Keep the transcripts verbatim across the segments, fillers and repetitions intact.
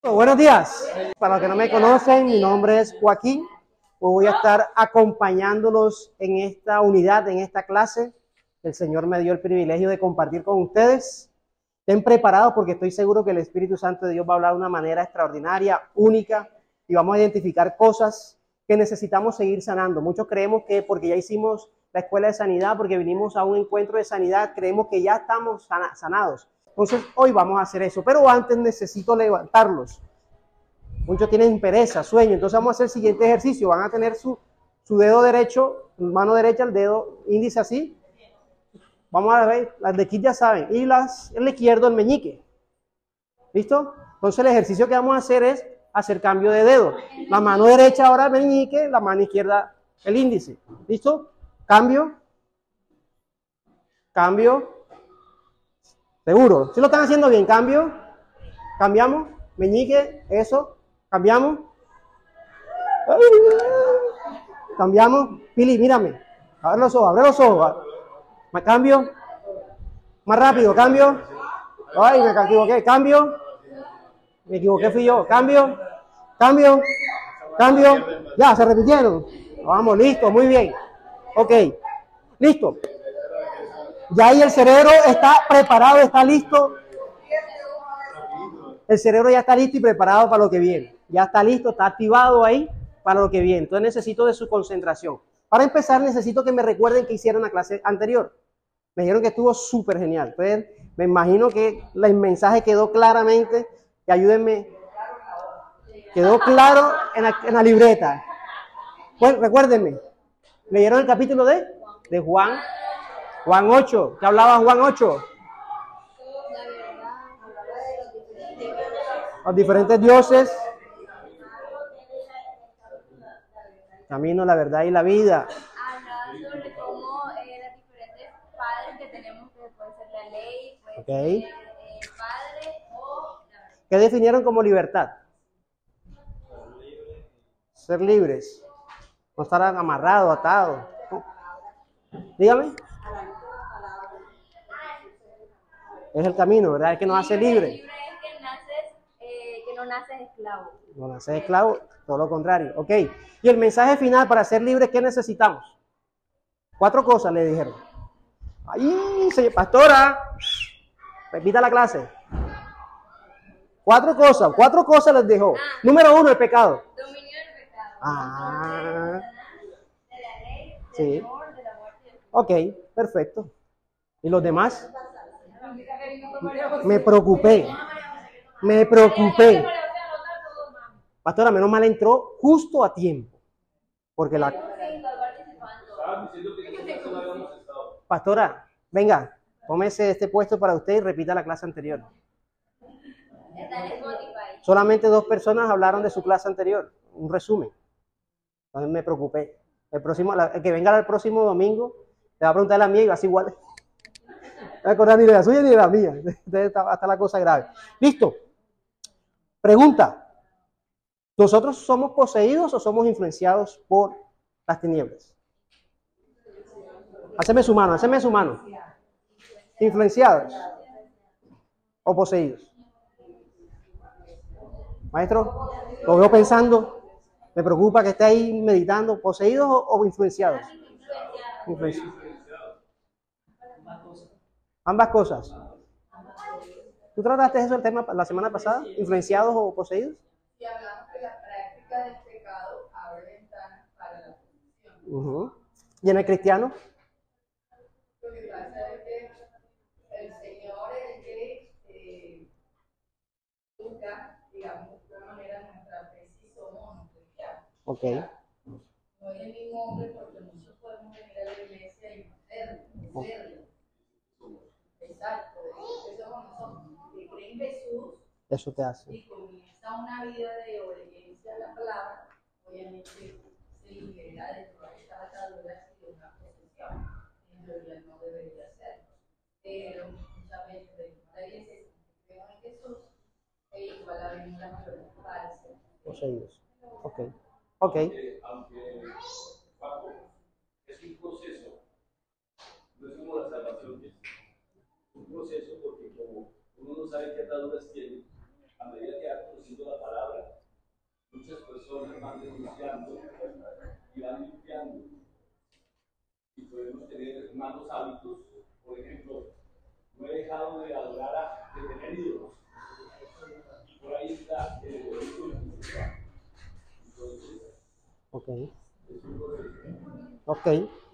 Buenos días. Para los que no me conocen, mi nombre es Joaquín. Voy a estar acompañándolos en esta unidad, en esta clase. El Señor me dio el privilegio de compartir con ustedes. Estén preparados porque estoy seguro que el Espíritu Santo de Dios va a hablar de una manera extraordinaria, única, y vamos a identificar cosas que necesitamos seguir sanando. Muchos creemos que porque ya hicimos la escuela de sanidad, porque vinimos a un encuentro de sanidad, creemos que ya estamos sanados. Entonces, hoy vamos a hacer eso, pero antes necesito levantarlos. Muchos tienen pereza, sueño, entonces vamos a hacer el siguiente ejercicio. Van a tener su, su dedo derecho, mano derecha, el dedo índice así. Vamos a ver, las de aquí ya saben, y las, el izquierdo, el meñique. ¿Listo? Entonces el ejercicio que vamos a hacer es hacer cambio de dedo. La mano derecha ahora el meñique, la mano izquierda el índice. ¿Listo? Cambio. Cambio. Seguro. Si lo están haciendo bien, cambio. Cambiamos. Meñique, eso. Cambiamos. Cambiamos. Pili, mírame. Abre los ojos, abre los ojos. Más cambio. Más rápido, cambio. Ay, me equivoqué. Cambio. Me equivoqué, fui yo. Cambio. Cambio. Cambio. Ya, se repitieron. Vamos, listo, muy bien. Ok. Listo. Ya ahí el cerebro está preparado, está listo. El cerebro ya está listo y preparado para lo que viene. Ya está listo, está activado ahí para lo que viene. Entonces necesito de su concentración. Para empezar, necesito que me recuerden que hicieron la clase anterior. Me dijeron que estuvo súper genial. Entonces, me imagino que el mensaje quedó claramente. Y ayúdenme. Quedó claro en la, en la libreta. Pues recuérdenme. ¿Leyeron el capítulo de? De Juan. Juan ocho. ¿Qué hablaba Juan ocho? Los diferentes dioses. Camino, la verdad y la vida. Habla sobre cómo eh, los diferentes padres que tenemos, que puede ser la ley, puede Okay. ser eh, padre o la verdad. ¿Qué definieron como libertad? Ser libres. No estar amarrados, atados. Dígame. Es el camino, ¿verdad? Es que nos hace libres. Libre es que naces, eh, que no naces esclavo. No naces esclavo, todo lo contrario. Ok. Y el mensaje final para ser libres, ¿qué necesitamos? Cuatro cosas le dijeron. Ay, señor pastora, repita la clase. Cuatro cosas, cuatro cosas les dejó. Ah. Número uno, el pecado. Dominio del pecado. Ah. De la ley, del Sí. amor, de la muerte y del Ok, perfecto. ¿Y los demás? Me preocupé. Me preocupé. Pastora, menos mal entró justo a tiempo. Porque la... Pastora, venga, tómese este puesto para usted y repita la clase anterior. Está en Spotify. Solamente dos personas hablaron de su clase anterior. Un resumen. Entonces me preocupé. El próximo, el que venga el próximo domingo, le va a preguntar a la mía y va a ser igual. No me acordar ni de la suya ni de la mía. Entonces está, está la cosa grave. Listo. Pregunta. ¿Nosotros somos poseídos o somos influenciados por las tinieblas? Haceme su mano, haceme su mano. ¿Influenciados o poseídos? Maestro, lo veo pensando. Me preocupa que esté ahí meditando. ¿Poseídos o, o influenciados? Influenciados. Ambas cosas. ¿Tú trataste eso el tema la semana pasada? ¿Influenciados o poseídos? Y hablamos que la práctica del pecado abre ventanas para la posesión. Uh-huh. ¿Y en el cristiano? Lo que pasa es que el Señor es el que eh, busca, digamos, de una manera nuestra fe si somos no cristianos. Ok. No es el mismo hombre porque muchos podemos venir a la iglesia y no hacerlo, hacerlo. Exacto, eso somos nosotros. Que creen en Jesús. Eso te hace. Y comienza una vida de obediencia a la palabra, obviamente se libera de todas estas ataduras y de una posesión. En realidad no debería ser. Pero muchas veces venimos a la iglesia y creemos en Jesús e igual a venir a las falsas. Poseídos. Ok. Ok. Aunque, aunque Paco, es un proceso, no es como la salvación, es un proceso porque como uno no sabe qué ataduras tiene, a medida que va conociendo la van limpiando. Y podemos tener malos hábitos. Por ejemplo, no he dejado de adorar, a, de tener ídolos. Y por ahí está el egoísmo espiritual. Entonces, Ok. Ok.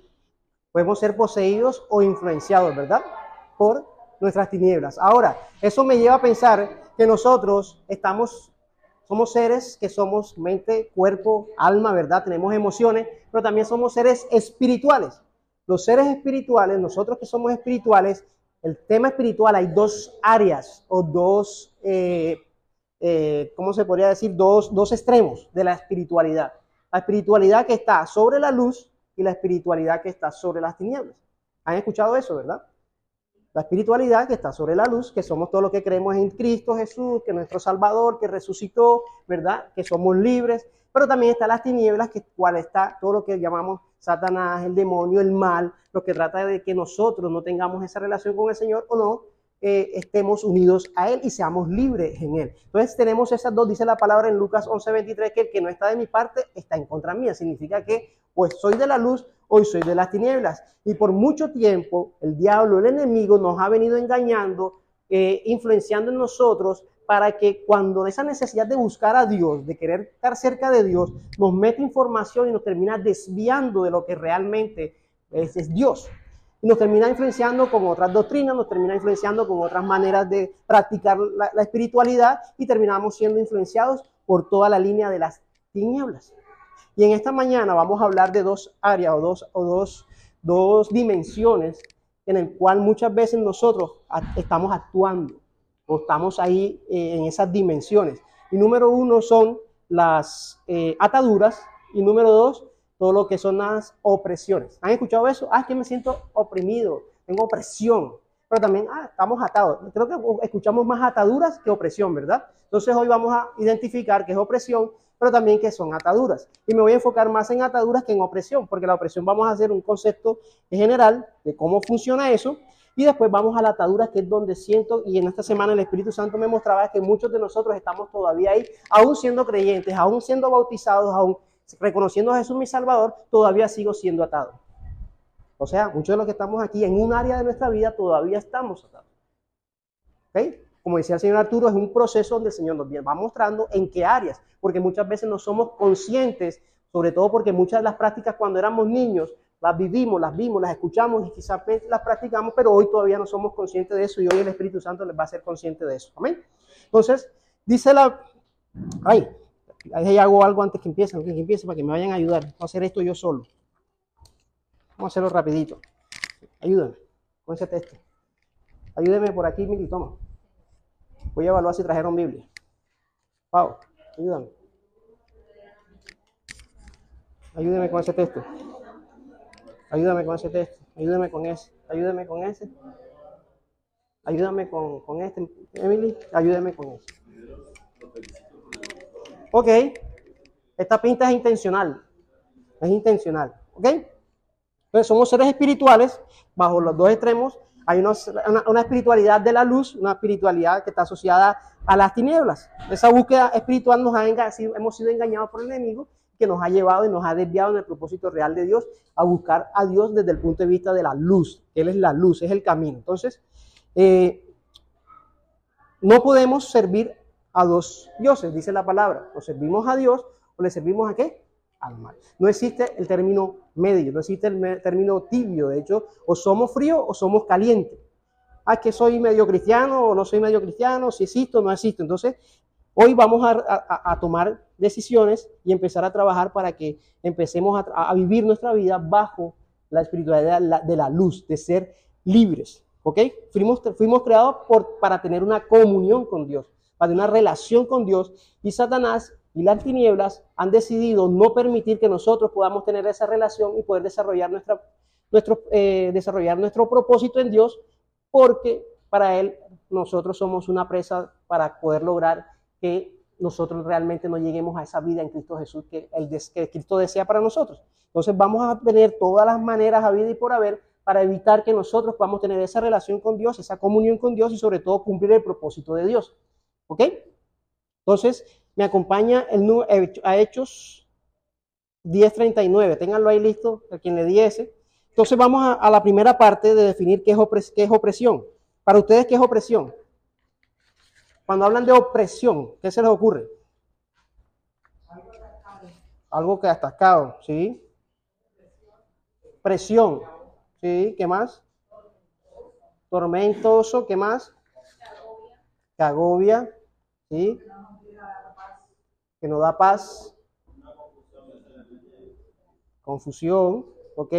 Podemos ser poseídos o influenciados, ¿verdad? Por nuestras tinieblas. Ahora, eso me lleva a pensar que nosotros estamos, somos seres que somos mente, cuerpo, alma, ¿verdad? Tenemos emociones, pero también somos seres espirituales. Los seres espirituales, nosotros que somos espirituales, el tema espiritual, hay dos áreas o dos, eh, eh, ¿cómo se podría decir? Dos, dos extremos de la espiritualidad. La espiritualidad que está sobre la luz y la espiritualidad que está sobre las tinieblas. ¿Han escuchado eso, verdad? La espiritualidad que está sobre la luz, que somos todos los que creemos en Cristo Jesús, que es nuestro Salvador, que resucitó, ¿verdad? Que somos libres. Pero también está las tinieblas, que cual está todo lo que llamamos Satanás, el demonio, el mal, lo que trata de que nosotros no tengamos esa relación con el Señor o no eh, estemos unidos a Él y seamos libres en Él. Entonces tenemos esas dos, dice la palabra en Lucas once veintitrés, que el que no está de mi parte está en contra mía. Significa que pues soy de la luz, hoy soy de las tinieblas. Y por mucho tiempo el diablo, el enemigo, nos ha venido engañando, eh, influenciando en nosotros, para que cuando esa necesidad de buscar a Dios, de querer estar cerca de Dios, nos mete información y nos termina desviando de lo que realmente es, es Dios. Y nos termina influenciando con otras doctrinas, nos termina influenciando con otras maneras de practicar la, la espiritualidad y terminamos siendo influenciados por toda la línea de las tinieblas. Y en esta mañana vamos a hablar de dos áreas o dos, o dos, dos dimensiones en el cual muchas veces nosotros estamos actuando o estamos ahí eh, en esas dimensiones. Y número uno son las eh, ataduras y número dos, todo lo que son las opresiones. ¿Han escuchado eso? Ah, es que me siento oprimido, tengo opresión. Pero también, ah, estamos atados. Creo que escuchamos más ataduras que opresión, ¿verdad? Entonces hoy vamos a identificar qué es opresión, pero también qué son ataduras. Y me voy a enfocar más en ataduras que en opresión, porque la opresión vamos a hacer un concepto general de cómo funciona eso, y después vamos a la atadura, que es donde siento, y en esta semana el Espíritu Santo me mostraba que muchos de nosotros estamos todavía ahí, aún siendo creyentes, aún siendo bautizados, aún reconociendo a Jesús mi Salvador, todavía sigo siendo atado. O sea, muchos de los que estamos aquí en un área de nuestra vida todavía estamos atados. ¿Ok? Como decía el señor Arturo, es un proceso donde el Señor nos va mostrando en qué áreas, porque muchas veces no somos conscientes, sobre todo porque muchas de las prácticas cuando éramos niños las vivimos, las vimos, las escuchamos y quizás las practicamos, pero hoy todavía no somos conscientes de eso y hoy el Espíritu Santo les va a hacer consciente de eso. Amén. Entonces, dice la... Ay, ahí hago algo antes que empiece, antes que empiece para que me vayan a ayudar. Voy a hacer esto yo solo. Vamos a hacerlo rapidito. Ayúdame con ese texto. Ayúdeme por aquí, Mili, toma. Voy a evaluar si trajeron Biblia. Pau, ayúdame. Ayúdeme con ese texto. Ayúdame con ese texto. Ayúdame con ese. Ayúdame con ese. Ayúdame con, con este, Emily. Ayúdame con ese. Ok. Esta pinta es intencional. Es intencional. Ok. Entonces somos seres espirituales bajo los dos extremos. Hay unos, una, una espiritualidad de la luz, una espiritualidad que está asociada a las tinieblas. Esa búsqueda espiritual nos ha engañado, hemos sido engañados por el enemigo, que nos ha llevado y nos ha desviado en el propósito real de Dios a buscar a Dios desde el punto de vista de la luz. Él es la luz, es el camino. Entonces, eh, no podemos servir a dos dioses, dice la palabra. O servimos a Dios o le servimos a ¿qué? Al mal. No existe el término medio, no existe el término tibio. De hecho, o somos fríos o somos calientes. Ah, que soy medio cristiano o no soy medio cristiano, si existo o no existo. Entonces, hoy vamos a, a, a tomar decisiones y empezar a trabajar para que empecemos a, a vivir nuestra vida bajo la espiritualidad de la, de la luz, de ser libres. ¿Ok? Fuimos, fuimos creados por, para tener una comunión con Dios, para tener una relación con Dios, y Satanás y las tinieblas han decidido no permitir que nosotros podamos tener esa relación y poder desarrollar, nuestra, nuestro, eh, desarrollar nuestro propósito en Dios, porque para Él nosotros somos una presa para poder lograr que nosotros realmente no lleguemos a esa vida en Cristo Jesús que, el, que Cristo desea para nosotros. Entonces vamos a tener todas las maneras a vida y por haber para evitar que nosotros podamos tener esa relación con Dios, esa comunión con Dios y sobre todo cumplir el propósito de Dios. ¿Ok? Entonces, me acompaña el, a Hechos diez treinta y nueve, ténganlo ahí listo, a quien le di ese. Entonces vamos a, a la primera parte de definir qué es, opres, qué es opresión. Para ustedes, ¿qué es opresión? Cuando hablan de opresión, ¿qué se les ocurre? Algo que atascado, ¿sí? Presión, ¿sí? ¿Qué más? Tormentoso, ¿qué más? Que agobia, ¿sí? Que no da paz. Confusión, ¿ok?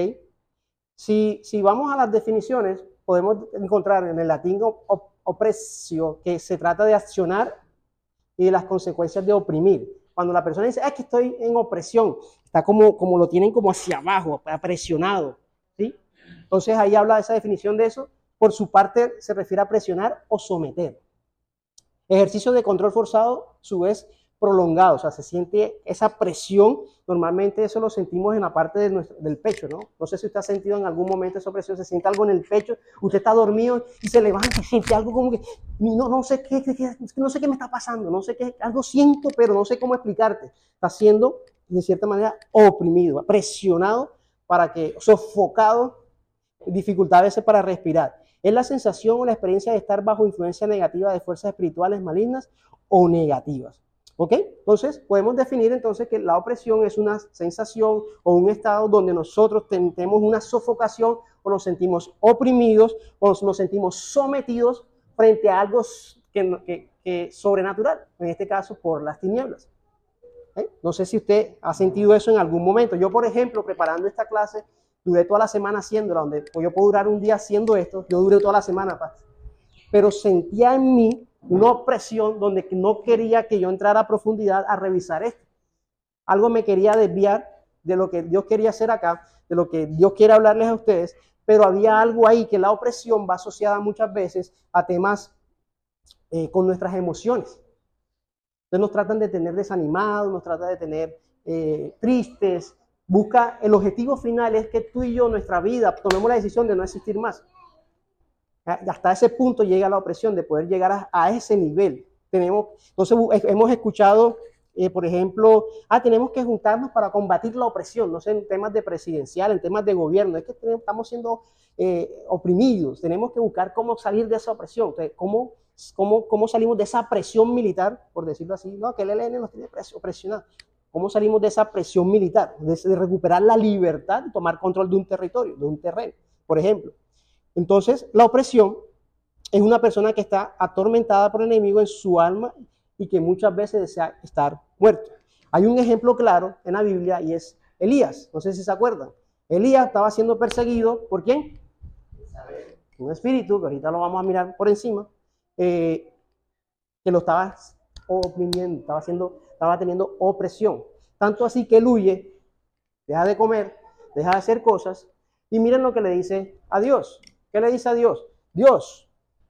Si, si vamos a las definiciones, podemos encontrar en el latín op, opresio, que se trata de accionar y de las consecuencias de oprimir. Cuando la persona dice, ah, es que estoy en opresión, está como, como lo tienen como hacia abajo, presionado, ¿sí? Entonces ahí habla de esa definición de eso. Por su parte se refiere a presionar o someter. Ejercicio de control forzado, a su vez, prolongado, o sea, se siente esa presión, normalmente eso lo sentimos en la parte de nuestro, del pecho, ¿no? No sé si usted ha sentido en algún momento esa presión, se siente algo en el pecho, usted está dormido y se levanta y siente algo como que, no, no sé qué, qué, qué, no sé qué me está pasando, no sé qué, algo siento, pero no sé cómo explicarte. Está siendo, de cierta manera, oprimido, presionado para que, sofocado, dificultad a veces para respirar. Es la sensación o la experiencia de estar bajo influencia negativa de fuerzas espirituales malignas o negativas. ¿Ok? Entonces, podemos definir entonces que la opresión es una sensación o un estado donde nosotros tenemos una sofocación o nos sentimos oprimidos o nos sentimos sometidos frente a algo que, que, que sobrenatural, en este caso por las tinieblas. ¿Eh? No sé si usted ha sentido eso en algún momento. Yo, por ejemplo, preparando esta clase, duré toda la semana haciéndola, donde pues, yo puedo durar un día haciendo esto, yo duré toda la semana, pero sentía en mí una opresión donde no quería que yo entrara a profundidad a revisar esto. Algo me quería desviar de lo que Dios quería hacer acá, de lo que Dios quiere hablarles a ustedes, pero había algo ahí que la opresión va asociada muchas veces a temas eh, con nuestras emociones. Entonces nos tratan de tener desanimados, nos tratan de tener eh, tristes. Busca, el objetivo final es que tú y yo, nuestra vida, tomemos la decisión de no existir más. Hasta ese punto llega la opresión, de poder llegar a, a ese nivel. Tenemos, entonces hemos escuchado, eh, por ejemplo, ah, tenemos que juntarnos para combatir la opresión, no sé, en temas de presidencial, en temas de gobierno, es que tenemos, estamos siendo eh, oprimidos, tenemos que buscar cómo salir de esa opresión, entonces, cómo, cómo, cómo salimos de esa presión militar, por decirlo así, no, que el E L N nos tiene presionado. ¿Cómo salimos de esa presión militar? De, de recuperar la libertad y tomar control de un territorio, de un terreno, por ejemplo. Entonces, la opresión es una persona que está atormentada por el enemigo en su alma y que muchas veces desea estar muerto. Hay un ejemplo claro en la Biblia y es Elías. No sé si se acuerdan. Elías estaba siendo perseguido, ¿por quién? Un espíritu, que ahorita lo vamos a mirar por encima, eh, que lo estaba oprimiendo, estaba, haciendo, estaba teniendo opresión. Tanto así que él huye, deja de comer, deja de hacer cosas, y miren lo que le dice a Dios. ¿Qué le dice a Dios? Dios,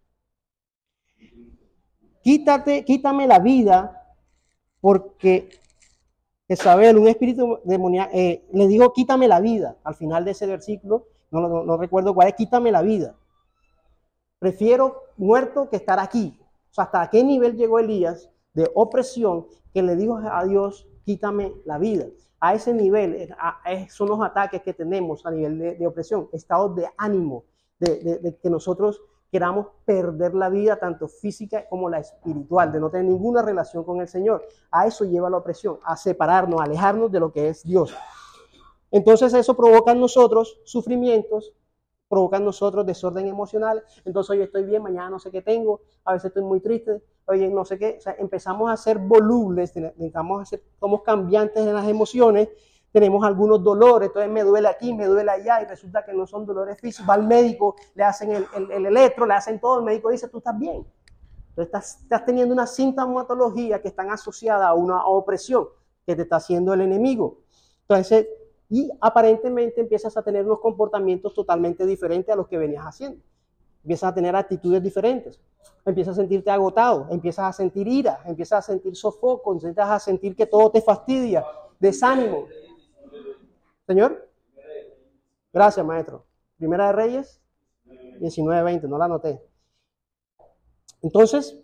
quítate, quítame la vida, porque Jezabel, un espíritu demoníaco, eh, le dijo, quítame la vida. Al final de ese versículo, no, no, no recuerdo cuál es, quítame la vida. Prefiero muerto que estar aquí. O sea, hasta qué nivel llegó Elías de opresión que le dijo a Dios, quítame la vida. A ese nivel, a, a, son los ataques que tenemos a nivel de, de opresión, estados de ánimo, de, de, de que nosotros queramos perder la vida, tanto física como la espiritual, de no tener ninguna relación con el Señor. A eso lleva la opresión, a separarnos, a alejarnos de lo que es Dios. Entonces eso provoca en nosotros sufrimientos, provoca en nosotros desorden emocional. Entonces hoy estoy bien, mañana no sé qué tengo, a veces estoy muy triste, oye, no sé qué. O sea, empezamos a ser volubles, empezamos a ser, somos cambiantes en las emociones, tenemos algunos dolores, entonces me duele aquí, me duele allá, y resulta que no son dolores físicos. Va al médico, le hacen el, el, el electro, le hacen todo, el médico dice, tú estás bien. Entonces estás, estás teniendo una sintomatología que están asociada a una opresión que te está haciendo el enemigo. Entonces, y aparentemente empiezas a tener unos comportamientos totalmente diferentes a los que venías haciendo. Empiezas a tener actitudes diferentes, empiezas a sentirte agotado, empiezas a sentir ira, empiezas a sentir sofoco, empiezas a sentir que todo te fastidia, desánimo. Señor, gracias, maestro. Primera de Reyes, diecinueve veinte, no la anoté. Entonces,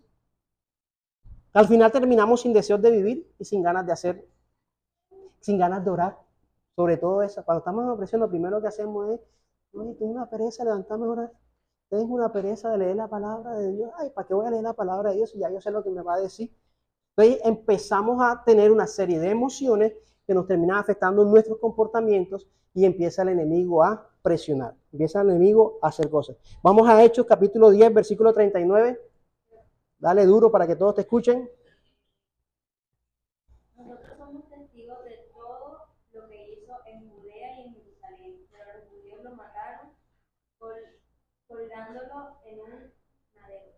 al final terminamos sin deseos de vivir y sin ganas de hacer, sin ganas de orar, Sobre todo eso, cuando estamos en opresión, lo primero que hacemos es, oye, tengo una pereza, levantarme a orar. Tengo una pereza de leer la palabra de Dios. Ay, ¿para qué voy a leer la palabra de Dios si ya yo sé lo que me va a decir? Entonces empezamos a tener una serie de emociones que nos terminan afectando nuestros comportamientos y empieza el enemigo a presionar. Empieza el enemigo a hacer cosas. Vamos a Hechos capítulo diez, versículo treinta y nueve. Dale duro para que todos te escuchen. Nosotros somos testigos de todo lo que hizo en Judea y en Jerusalén, pero los judíos lo mataron col colgándolo en un madero.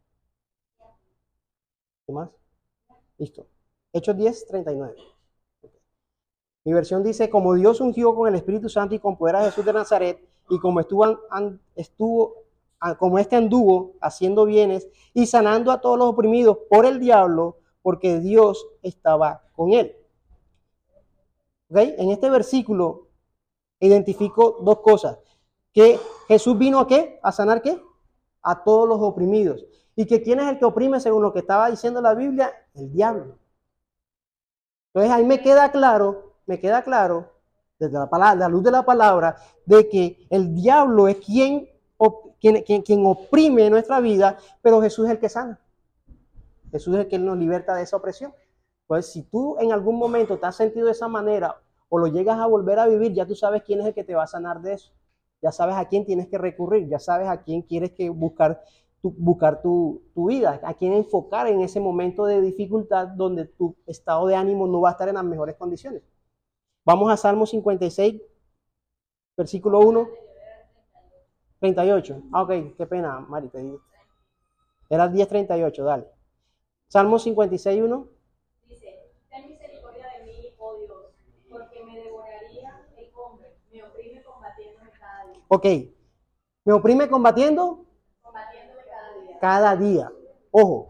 ¿Qué más? Listo. Hechos diez, treinta y nueve. Mi versión dice, como Dios ungió con el Espíritu Santo y con poder a Jesús de Nazaret, y como estuvo, an, estuvo como este anduvo haciendo bienes y sanando a todos los oprimidos por el diablo, porque Dios estaba con él. ¿Okay? En este versículo identifico dos cosas. Que Jesús vino a ¿qué? ¿A sanar qué? A todos los oprimidos. Y que ¿quién es el que oprime según lo que estaba diciendo la Biblia? El diablo. Entonces ahí me queda claro, me queda claro, desde la, palabra, la luz de la palabra, de que el diablo es quien, quien, quien, quien oprime nuestra vida, pero Jesús es el que sana. Jesús es el que nos liberta de esa opresión. Entonces, si tú en algún momento te has sentido de esa manera o lo llegas a volver a vivir, ya tú sabes quién es el que te va a sanar de eso. Ya sabes a quién tienes que recurrir, ya sabes a quién quieres que buscar, tu, buscar tu, tu vida, a quién enfocar en ese momento de dificultad donde tu estado de ánimo no va a estar en las mejores condiciones. Vamos a Salmo cincuenta y seis, versículo uno, treinta y ocho. Ah, ok, qué pena, Mari, te digo. Era diez, treinta y ocho, dale. Salmo cincuenta y seis, uno. Dice, ten misericordia de mí, oh Dios, porque me devoraría el hombre, me oprime combatiéndome cada día. Ok, me oprime combatiendo Combatiéndome cada día. cada día. Ojo,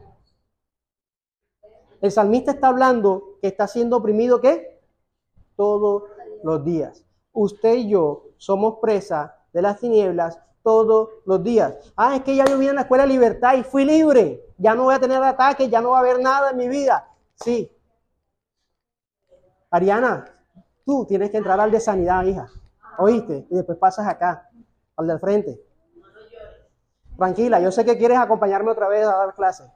el salmista está hablando que está siendo oprimido, ¿qué? Todos los días. Usted y yo somos presa de las tinieblas todos los días. Ah, es que ya yo vine a la escuela de libertad y fui libre. Ya no voy a tener ataques, ya no va a haber nada en mi vida. Sí. Ariana, tú tienes que entrar al de sanidad, hija. ¿Oíste? Y después pasas acá, al del frente. Tranquila, yo sé que quieres acompañarme otra vez a dar clase.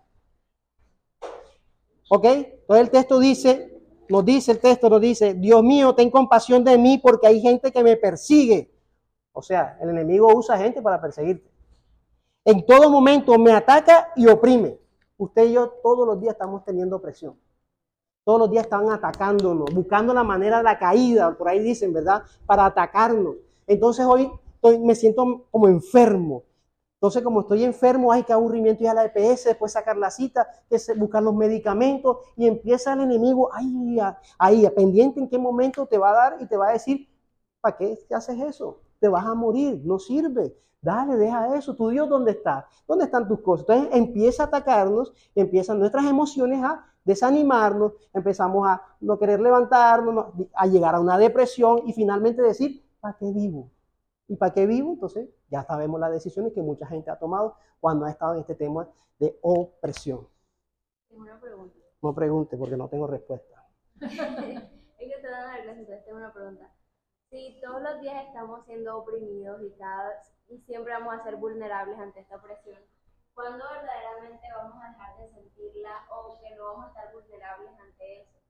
¿Ok? Entonces el texto dice, nos dice, el texto nos dice, Dios mío, ten compasión de mí porque hay gente que me persigue. O sea, el enemigo usa gente para perseguirte. En todo momento me ataca y oprime. Usted y yo todos los días estamos teniendo opresión. Todos los días están atacándonos, buscando la manera de la caída, por ahí dicen, ¿verdad? Para atacarnos. Entonces hoy estoy, me siento como enfermo. Entonces, como estoy enfermo, hay que aburrimiento, ir a la E P S, después sacar la cita, buscar los medicamentos, y empieza el enemigo ahí, ahí, pendiente en qué momento te va a dar y te va a decir, ¿para qué haces eso? Te vas a morir, no sirve. Dale, deja eso. ¿Tu Dios dónde está? ¿Dónde están tus cosas? Entonces empieza a atacarnos, empiezan nuestras emociones a desanimarnos, empezamos a no querer levantarnos, a llegar a una depresión y finalmente decir, ¿para qué vivo? ¿Y para qué vivo? Entonces ya sabemos las decisiones que mucha gente ha tomado cuando ha estado en este tema de opresión. Tengo una pregunta. No pregunte porque no tengo respuesta. Es que te dan la clase, entonces tengo una pregunta. Si todos los días estamos siendo oprimidos y, cada, y siempre vamos a ser vulnerables ante esta opresión, ¿cuándo verdaderamente vamos a dejar de sentirla o que no vamos a estar vulnerables ante eso?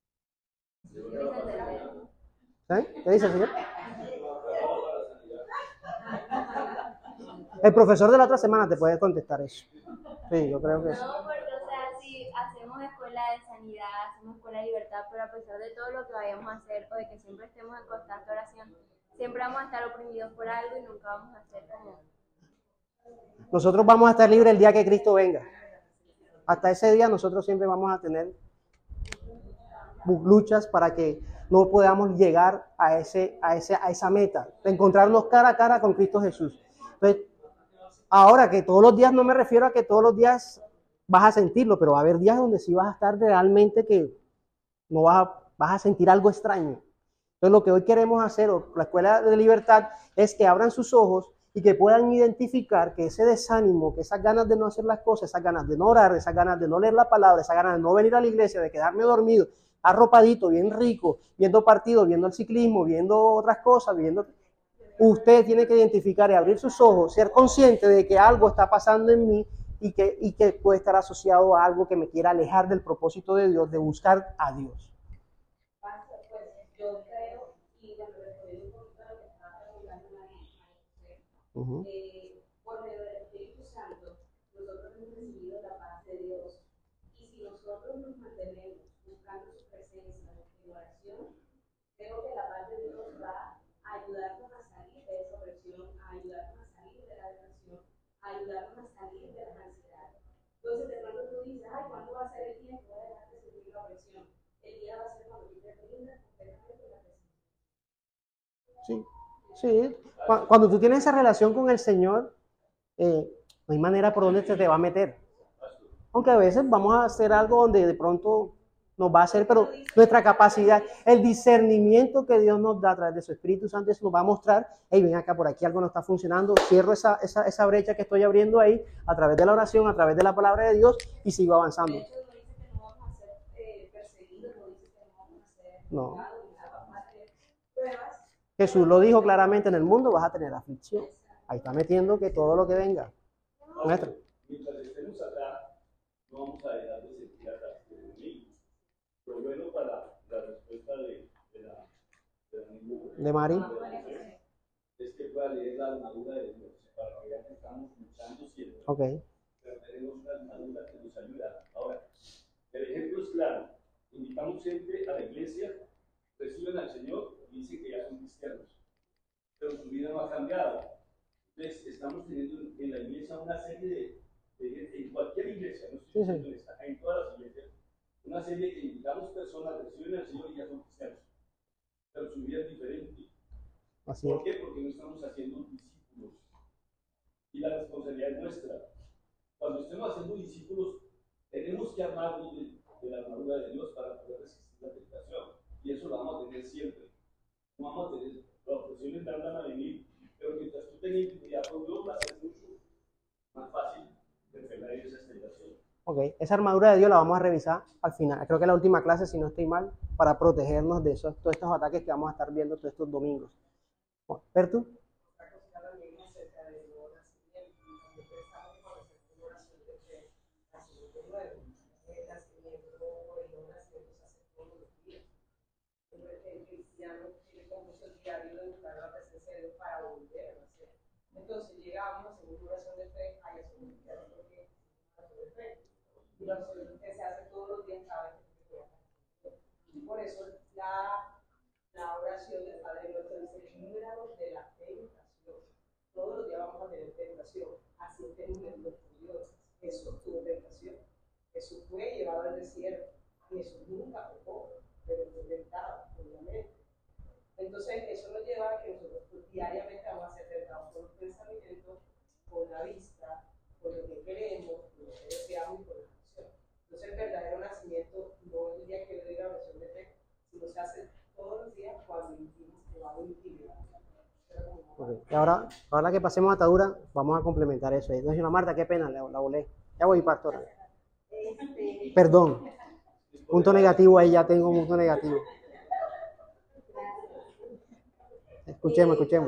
¿Eh? ¿Qué dice el señor? El profesor de la otra semana te puede contestar eso. Sí, yo creo que sí. No, porque, o sea, si hacemos escuela de sanidad, hacemos escuela de libertad, pero a pesar de todo lo que vayamos a hacer o de que siempre estemos en constante oración, siempre vamos a estar oprimidos por algo y nunca vamos a ser como... Nosotros vamos a estar libres el día que Cristo venga. Hasta ese día nosotros siempre vamos a tener luchas para que no podamos llegar a, ese, a, ese, a esa meta, de encontrarnos cara a cara con Cristo Jesús. Entonces, ahora que todos los días no me refiero a que todos los días vas a sentirlo, pero va a haber días donde sí vas a estar realmente que no vas a, vas a sentir algo extraño. Entonces lo que hoy queremos hacer, o la Escuela de Libertad, es que abran sus ojos y que puedan identificar que ese desánimo, que esas ganas de no hacer las cosas, esas ganas de no orar, esas ganas de no leer la palabra, esas ganas de no venir a la iglesia, de quedarme dormido, arropadito, bien rico, viendo partidos, viendo el ciclismo, viendo otras cosas, viendo... Usted tiene que identificar y abrir sus ojos, ser consciente de que algo está pasando en mí y que, y que puede estar asociado a algo que me quiera alejar del propósito de Dios, de buscar a Dios. Pastor, pues yo creo, y bueno, respondiendo un poquito a lo que estaba preguntando María, Uh-huh. eh, por medio del Espíritu Santo, nosotros hemos recibido la paz de Dios. Y si nosotros nos mantenemos buscando su presencia en oración, creo que la paz de Dios va a ayudarnos a salir de esa opresión, a ayudarnos a salir de la depresión, a ayudarnos a salir de las ansiedades. Entonces, de pronto tú dices, ay, ¿cuándo va a ser el día que voy a dejar de sentir la opresión? El día va a ser cuando tú te rindas completamente la presencia. Sí, sí. Cuando tú tienes esa relación con el Señor, eh, no hay manera por donde te, te va a meter. Aunque a veces vamos a hacer algo donde de pronto nos va a hacer, pero nuestra capacidad, el discernimiento que Dios nos da a través de su Espíritu Santo, eso nos va a mostrar, hey, ven acá, por aquí algo no está funcionando, cierro esa, esa, esa brecha que estoy abriendo ahí, a través de la oración, a través de la palabra de Dios, y sigo avanzando. De hecho, no dice que no vamos a ser eh, perseguidos, no dice que no vamos a ser No. juzgados, vamos a tener pruebas. Jesús lo dijo claramente, en el mundo vas a tener aflicción. Ahí está metiendo que todo lo que venga. Maestro. Mientras estemos acá, no vamos a dejar de sentir atrás del enemigo. Lo bueno para la respuesta de, de la de, la, de Mari es que pueda leer la armadura de Dios para que vean que estamos luchando siempre. Okay. Pero tenemos una armadura que nos ayuda. Ahora, el ejemplo es claro. Invitamos gente a la iglesia, reciben al Señor y dicen que ya son cristianos, pero su vida no ha cambiado. Entonces, estamos teniendo en la iglesia una serie de, de en cualquier iglesia, no estoy diciendo en esta, en todas las iglesias, una serie que invitamos personas, reciben al Señor y ya son cristianos, pero su vida es diferente. Así ¿Por es. qué? Porque no estamos haciendo discípulos. Y la responsabilidad es nuestra. Cuando estemos haciendo discípulos, tenemos que armarnos de, de la armadura de Dios para poder resistir la tentación. Y eso lo vamos a tener siempre. No vamos a tener, las opresiones andan a venir, pero mientras tú tengas intimidad con Dios, va a ser mucho más fácil enfrentar esas tentaciones. Ok, esa armadura de Dios la vamos a revisar al final. Creo que la última clase, si no estoy mal, para protegernos de esos, todos estos ataques que vamos a estar viendo todos estos domingos. Bueno, ¿Pertu? Entonces llegamos en una oración de fe a eso que se hace y la oración que se hace todos los días cada vez que se Por eso la, la oración del Padre Nuestro dice, líbranos de la tentación. Todos los días vamos a tener tentación. Así es que nuestro Dios. Jesús tuvo tentación. Jesús fue llevado al desierto. Jesús nunca pecó, pero fue tentado, obviamente. Entonces, eso nos lleva a que nosotros pues, diariamente vamos a ser tentados por los pensamientos, por la vista, por lo que queremos, por lo que deseamos y por la acción. Entonces, el verdadero nacimiento no es el día que le doy la oración de fe, sino se hace todos los días cuando va a intimidad. Okay. Y ahora, ahora que pasemos a atadura, vamos a complementar eso. No, señora Marta, qué pena, la, la volé. Ya voy, pastora. Este... Perdón. Punto negativo, ahí ya tengo un punto negativo. Escuchemos, escuchemos.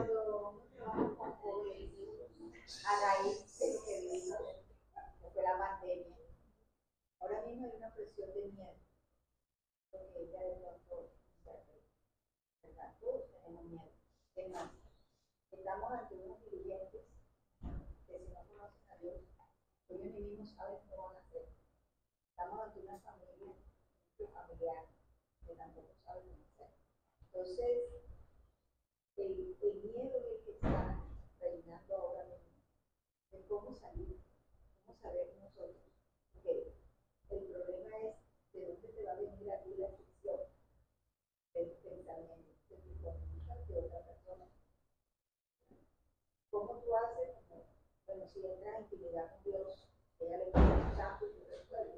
A raíz de lo que vino, que fue la pandemia, ahora mismo hay una presión de miedo, porque ella de pronto, ¿verdad? Todos tenemos miedo. Es más, estamos ante unos dirigentes que si no conocen a Dios, ellos ni mismos saben cómo van a hacer. Estamos ante una familia, un familiar, que tampoco sabe cómo hacer. Entonces, El, el miedo es el que está reinando ahora mismo, de cómo salir, cómo saber nosotros, porque el problema es de dónde te va a venir a ti la ficción, del pensamiento, de tu conducta, de otra persona. ¿Cómo tú haces? Bueno, si entras en intimidad con Dios, ella le pone un santo y tú resuelves.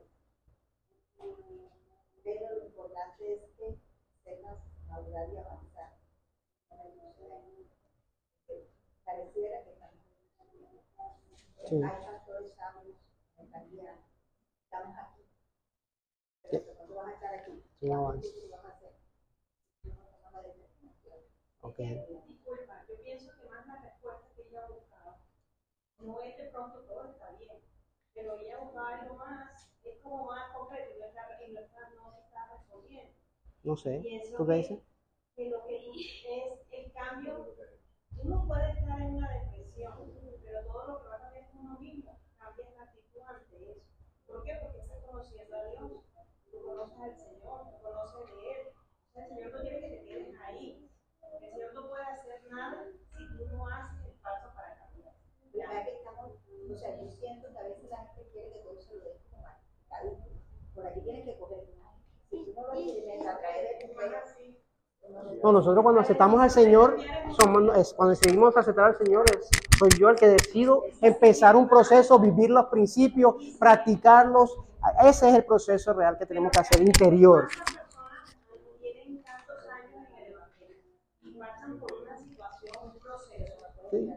Pero lo importante es que tengas madurar y avanzar. Pareciera que estamos sí. Hay factores sabios, estamos aquí, pero sí. ¿Cuándo van a estar aquí? Sí. un avance. Ok. Disculpa, yo pienso que más la respuesta que ella buscaba no es de pronto todo está bien, pero ella buscaba algo más, es como más concreto y no está, y no está, no se está respondiendo. No sé, Pienso ¿tú qué que, dices? que lo que es el cambio, uno puede estar en una depresión, pero todo lo que va a cambiar es uno mismo, cambia la actitud ante eso. ¿Por qué? Porque estás conociendo a Dios, tú conoces al Señor, tú conoces de Él. O sea, el Señor no quiere que te quedes ahí. El Señor no puede hacer nada si tú no haces el paso para cambiar. ¿Verdad que estamos? O sea, yo siento que a veces la gente quiere que todo se lo deje como masticadito. Por aquí tienes que coger. Si tú no lo experimentas a través de tu fe, No, nosotros cuando aceptamos al Señor, somos, es, cuando decidimos aceptar al Señor, es, soy yo el que decido empezar un proceso, vivir los principios, practicarlos. Ese es el proceso real que tenemos que hacer interior. Muchas personas tienen tantos años en el Evangelio y pasan por una situación, un proceso. Sí.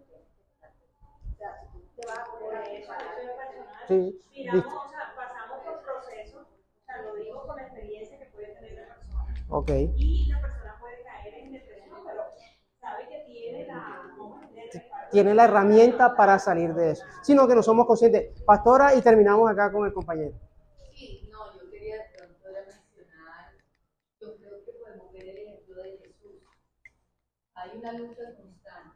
O sea, si tú te vas a poner a eso, eso es personal. Sí. Miramos, o sea, pasamos por procesos, o sea, lo digo por la experiencia que puede tener la persona. Ok. Y la persona puede caer en depresión, pero sabe que tiene la, ¿cómo es? El respaldo. Tiene la herramienta para salir de eso, sino que no somos conscientes. Pastora, y terminamos acá con el compañero. Sí, no, yo quería de pronto era mencionar, yo creo que podemos ver el ejemplo de Jesús. Hay una lucha constante.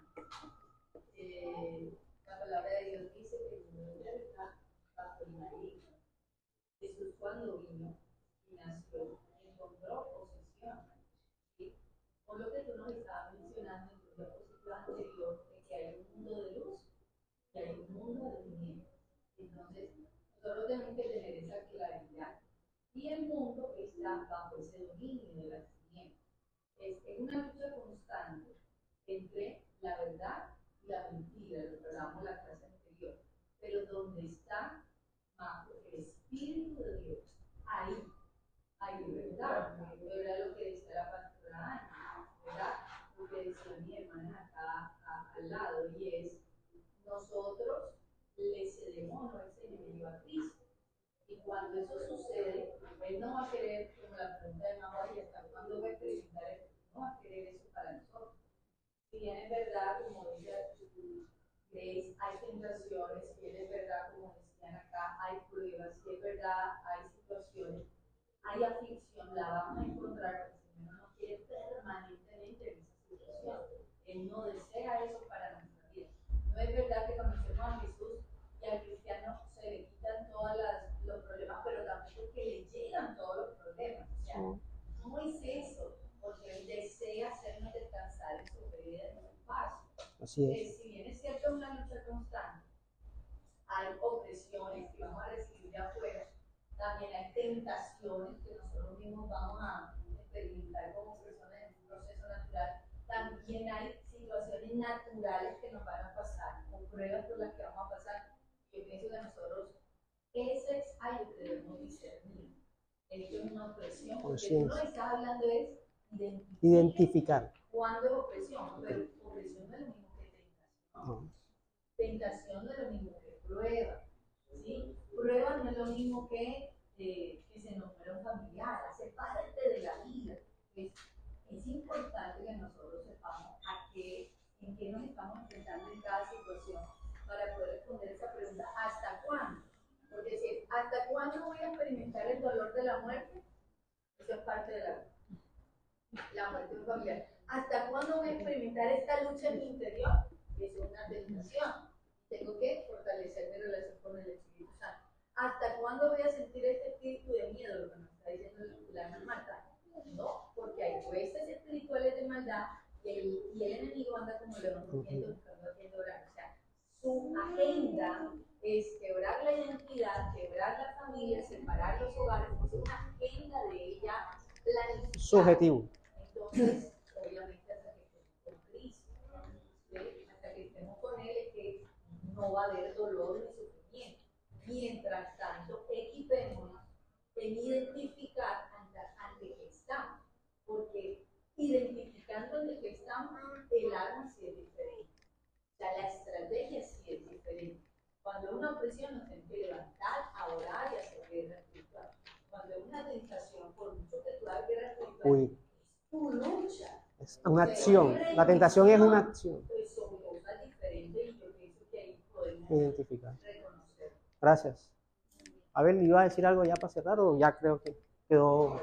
Eh, la palabra de Dios dice que el mundo está bajo el maligno. Jesús cuando vino y nació, encontró posesión. ¿Sí? Por lo que tú nos estabas mencionando en tu diapositiva anterior, de que hay un mundo de luz y hay un mundo de tinieblas. Entonces, nosotros tenemos que tener esa claridad. Y el mundo está bajo ese dominio de las tinieblas. Es, es una lucha constante entre la verdad y la mentira, lo que hablamos en la clase anterior. Pero donde está bajo el Espíritu de Dios, ahí hay verdad. Era lo que decía la pastora Ana, ¿verdad? Lo que decía mi hermana acá a, al lado, y es: nosotros le cedemos nuestro enemigo a Cristo. Y cuando eso sucede, Él no va a querer, como la pregunta de mamá, y hasta cuándo va a experimentar eso, no va a querer eso para nosotros. Si bien es verdad, como dice Grace, hay tentaciones, si bien es verdad, como decían acá, hay pruebas, si es verdad, hay situaciones, hay aflicción, la vamos a encontrar, porque el Señor no quiere permanentemente en esa situación. Él no desea eso para nuestra vida. No es verdad que conocemos a Jesús y al cristiano se le quitan todos los problemas, pero tampoco que le llegan todos los problemas. O sea, no es eso, porque Él desea hacernos descansar en su vida, en su paz. Así Eh, es. si bien es cierto, es una lucha constante, hay opresiones que vamos a recibir de afuera, también hay tentaciones que nosotros mismos vamos a experimentar como personas en un proceso natural. También hay situaciones naturales que nos van a pasar, o pruebas por las que vamos a pasar. Yo pienso que nosotros, ese es algo que debemos discernir. Esto es una opresión, porque tú no estás hablando es identificar. Identificar. ¿Cuándo es opresión? Pero opresión no es lo mismo que tentación. No. Tentación no es lo mismo que prueba. ¿Sí? Prueba no es lo mismo que, eh, que se nos muera un familiar, hace parte de la vida. Es, es importante que nosotros sepamos a qué, en qué nos estamos enfrentando en cada situación para poder responder esa pregunta: ¿hasta cuándo? Porque si es ¿hasta cuándo voy a experimentar el dolor de la muerte? Eso es parte de la, la muerte de un familiar. ¿Hasta cuándo voy a experimentar esta lucha en mi interior? Eso es una tentación. Tengo que fortalecer mi relación con el Espíritu Santo. ¿Hasta cuándo voy a sentir este espíritu de miedo? Lo que nos está diciendo la hermana Marta. No, porque hay huestes espirituales de maldad y el, y el enemigo anda como león rugiendo, buscando a quien devorar. O sea, su agenda es quebrar la identidad, quebrar la familia, separar los hogares. Es una agenda de ella planificada. Subjetivo. Entonces, obviamente, hasta que estemos con Cristo, ¿sí? Hasta que estemos con Él, es que no va a haber dolor ni sufrimiento. Mientras tanto, equipémonos en identificar ante, ante qué estamos, porque identificando ante qué estamos, el arma sí es diferente. O sea, la estrategia sí es diferente. Cuando una opresión nos tiene que levantar a orar y a hacer guerra espiritual. Cuando es una tentación, por mucho que tú hagas guerra espiritual, Uy, tu lucha. es una acción. La tentación es una acción. Pues son cosas diferentes y yo pienso que ahí podemos Identificar. reconocer. Gracias. A ver, ¿le iba a decir algo ya para cerrar o ya creo que quedó?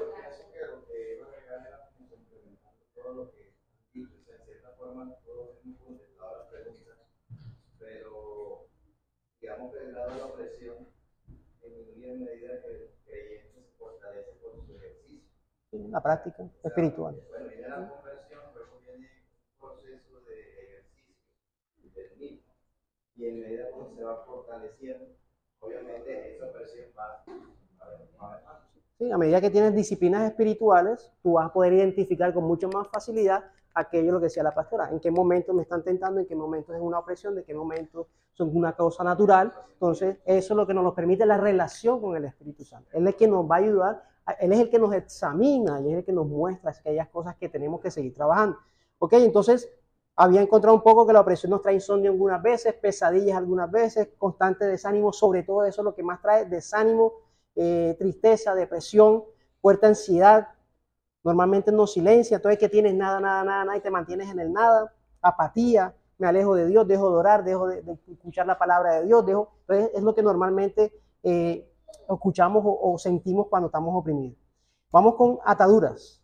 Todo lo que dicho, o sea, en cierta forma todos hemos contestado las preguntas, pero digamos que el grado de la opresión disminuye en medida que el creyente se fortalece por su ejercicio. La práctica O sea, espiritual. bueno, viene la conversión, luego viene un proceso de ejercicio del mismo, y en medida que se va fortaleciendo, obviamente esa opresión va a ver más. Sí, a medida que tienes disciplinas espirituales, tú vas a poder identificar con mucho más facilidad aquello lo que decía la pastora, en qué momento me están tentando, en qué momento es una opresión, de qué momento son una causa natural. Entonces, eso es lo que nos permite la relación con el Espíritu Santo. Él es el que nos va a ayudar, Él es el que nos examina y es el que nos muestra aquellas cosas que tenemos que seguir trabajando. Ok, entonces, había encontrado un poco que la opresión nos trae insomnio algunas veces, pesadillas algunas veces, constante desánimo, sobre todo eso es lo que más trae desánimo, Eh, tristeza, depresión, fuerte ansiedad, normalmente no silencia, entonces que tienes nada, nada, nada, nada y te mantienes en el nada, apatía, me alejo de Dios, dejo de orar, dejo de, de escuchar la palabra de Dios, dejo, entonces es lo que normalmente eh, escuchamos o, o sentimos cuando estamos oprimidos. Vamos con ataduras.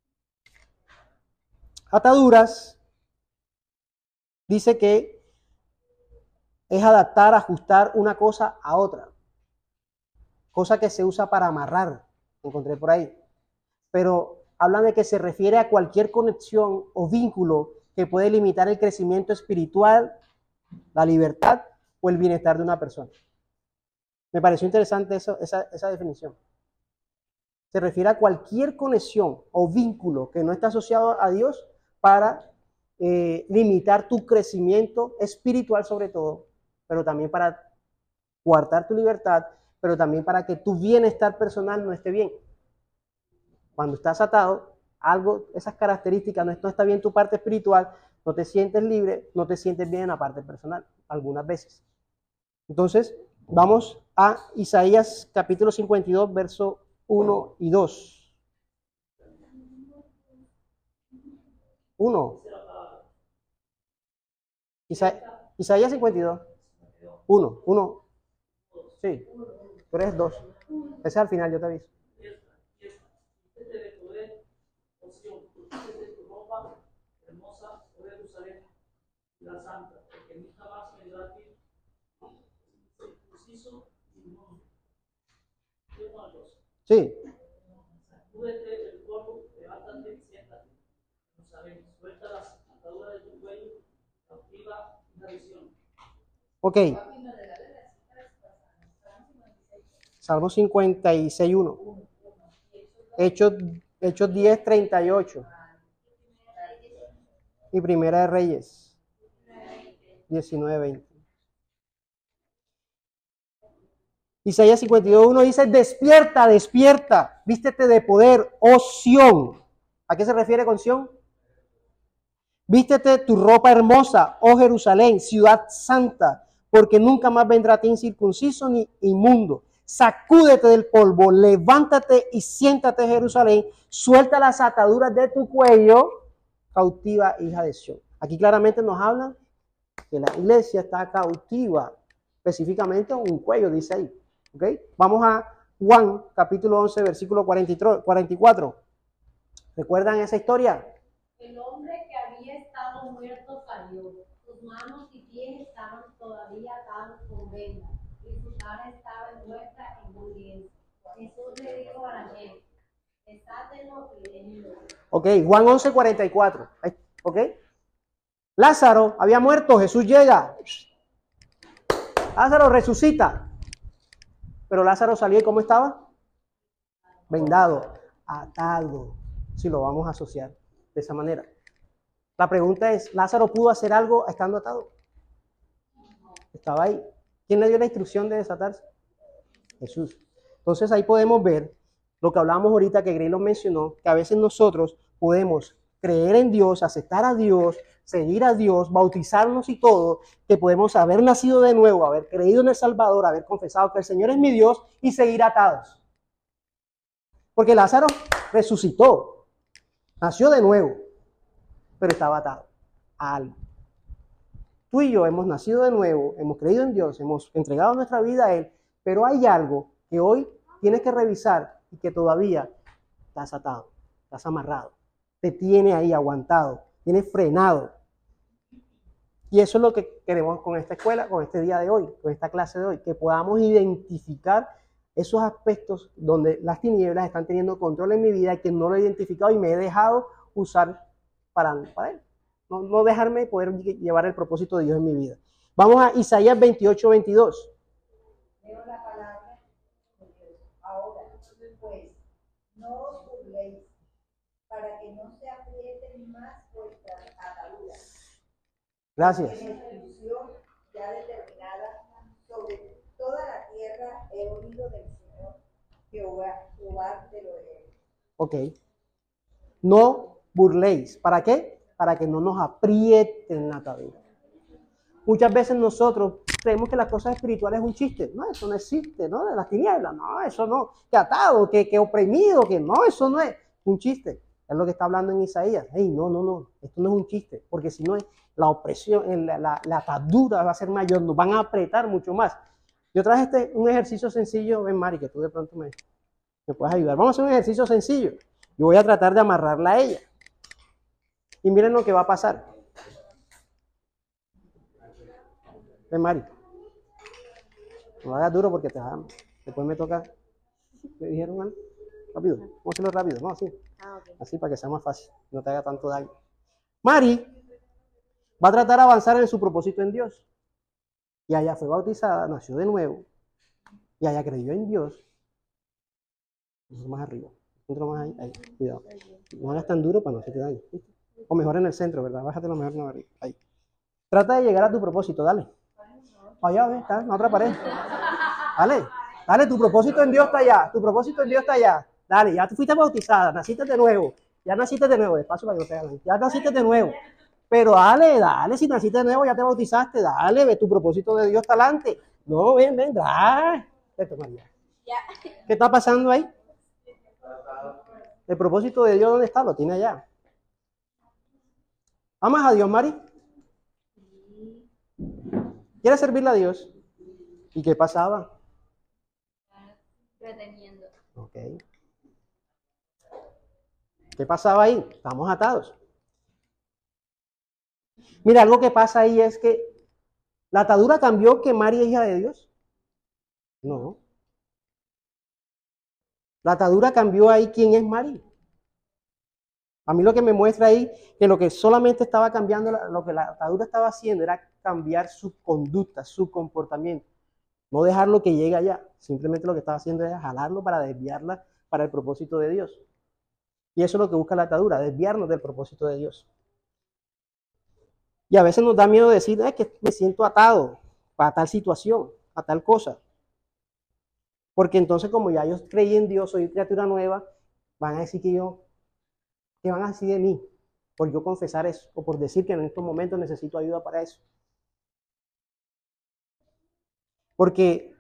Ataduras dice que es adaptar, ajustar una cosa a otra. Cosa que se usa para amarrar, encontré por ahí. Pero hablan de que se refiere a cualquier conexión o vínculo que puede limitar el crecimiento espiritual, la libertad o el bienestar de una persona. Me pareció interesante eso, esa, esa definición. Se refiere a cualquier conexión o vínculo que no está asociado a Dios para eh, limitar tu crecimiento espiritual sobre todo, pero también para coartar tu libertad, pero también para que tu bienestar personal no esté bien. Cuando estás atado, algo, esas características, no, no está bien tu parte espiritual, no te sientes libre, no te sientes bien en la parte personal, algunas veces. Entonces, vamos a Isaías capítulo cincuenta y dos, verso uno y dos. uno. Isa Isaías cincuenta y dos. uno, uno. Sí. Tú eres dos. Ese es al final, yo te aviso. La santa, porque mi jamás me dio a ti, circunciso y inmundo. Sí. Sacúdete el polvo, levántate y siéntate. No sabemos, suelta las ataduras de tu cuello, cautiva la visión. Ok. Salmo cincuenta y seis, uno. Hechos, Hechos diez, treinta y ocho. Y Primera de Reyes diecinueve, veinte. Isaías cincuenta y dos, uno dice: despierta, despierta, vístete de poder, oh Sión. ¿A qué se refiere con Sión? Vístete tu ropa hermosa, oh Jerusalén, ciudad santa, porque nunca más vendrá a ti incircunciso ni inmundo. Sacúdete del polvo, levántate y siéntate, Jerusalén, suelta las ataduras de tu cuello, cautiva hija de Sión. Aquí claramente nos hablan que la iglesia está cautiva, específicamente un cuello, dice ahí. ¿Okay? Vamos a Juan, capítulo once, versículo cuarenta y cuatro. ¿Recuerdan esa historia? El hombre que había estado muerto salió, sus manos y pies estaban todavía atados con vendas, y su cara estaba envuelta en un lienzo. Jesús le dijo a la gente: desátelo y denlo. Ok, Juan once, cuarenta y cuatro. Ok. Lázaro había muerto, Jesús llega. Lázaro resucita. Pero Lázaro salió y ¿cómo estaba? Vendado, atado, si lo vamos a asociar de esa manera. La pregunta es, ¿Lázaro pudo hacer algo estando atado? Estaba ahí. ¿Quién le dio la instrucción de desatarse? Jesús. Entonces ahí podemos ver lo que hablamos ahorita, que Grey lo mencionó, que a veces nosotros podemos creer en Dios, aceptar a Dios, seguir a Dios, bautizarnos y todo, que podemos haber nacido de nuevo, haber creído en el Salvador, haber confesado que el Señor es mi Dios y seguir atados. Porque Lázaro resucitó, nació de nuevo, pero estaba atado a algo. Tú y yo hemos nacido de nuevo, hemos creído en Dios, hemos entregado nuestra vida a Él, pero hay algo que hoy tienes que revisar y que todavía estás atado, estás amarrado, te tiene ahí aguantado, tienes frenado. Y eso es lo que queremos con esta escuela, con este día de hoy, con esta clase de hoy, que podamos identificar esos aspectos donde las tinieblas están teniendo control en mi vida y que no lo he identificado y me he dejado usar para, para Él. No, no dejarme poder llevar el propósito de Dios en mi vida. Vamos a Isaías veintiocho, veintidós. Leo la palabra de Dios. Ahora, pues, no os burléis, para que no se aprieten más vuestras ataduras. Gracias. En exclusión ya determinada sobre toda la tierra he oído del Señor Jehová, Jehová de los ejércitos. Ok. No burléis. ¿Para qué? Para que no nos aprieten la atadura. Muchas veces nosotros creemos que las cosas espirituales es un chiste. No, eso no existe, ¿no? De las tinieblas, no, eso no. Que atado, que, que oprimido, que no, eso no es un chiste. Es lo que está hablando en Isaías. Hey, no, no, no, esto no es un chiste, porque si no, la opresión, la, la, la atadura va a ser mayor, nos van a apretar mucho más. Yo traje este, un ejercicio sencillo, ven Mari, que tú de pronto me, me puedes ayudar. Vamos a hacer un ejercicio sencillo. Yo voy a tratar de amarrarla a ella. Y miren lo que va a pasar. Ven Mari. No lo hagas duro porque te va, después me toca. ¿Me dijeron algo? Rápido, vamos a hacerlo rápido, no, así. Ah, ok. Así para que sea más fácil, no te haga tanto daño. Mari va a tratar de avanzar en su propósito en Dios. Y ella fue bautizada, nació de nuevo. Y ella creyó en Dios. Más arriba. Otro más ahí, ahí, cuidado. No hagas tan duro para no se te dañe. ¿Viste? O mejor en el centro, ¿verdad? Bájate lo mejor en la barriga. Ahí. Trata de llegar a tu propósito, dale. Allá, ve, está en la otra pared. Dale, dale, tu propósito en Dios está allá. Tu propósito en Dios está allá. Dale, ya tú fuiste bautizada, naciste de nuevo. Ya naciste de nuevo, despacio para que no te hagan. Ya naciste de nuevo. Pero dale, dale, si naciste de nuevo, ya te bautizaste, dale, ve, tu propósito de Dios está adelante. No, ven, ven, dale. Esto, María. ¿Qué está pasando ahí? El propósito de Dios, ¿dónde está? Lo tiene allá. ¿Amas a Dios, Mari? ¿Quieres servirle a Dios? ¿Y qué pasaba? Reteniendo. Ok. ¿Qué pasaba ahí? Estamos atados. Mira, algo que pasa ahí es que la atadura cambió que Mari es hija de Dios. No. La atadura cambió ahí quién es Mari. A mí lo que me muestra ahí que lo que solamente estaba cambiando, lo que la atadura estaba haciendo era cambiar su conducta, su comportamiento. No dejarlo que llegue allá. Simplemente lo que estaba haciendo era jalarlo para desviarla para el propósito de Dios. Y eso es lo que busca la atadura, desviarnos del propósito de Dios. Y a veces nos da miedo decir, es que me siento atado para tal situación, a tal cosa. Porque entonces como ya yo creí en Dios, soy criatura nueva, van a decir que yo, ¿qué van a decir de mí? Por yo confesar eso, o por decir que en estos momentos necesito ayuda para eso. Porque,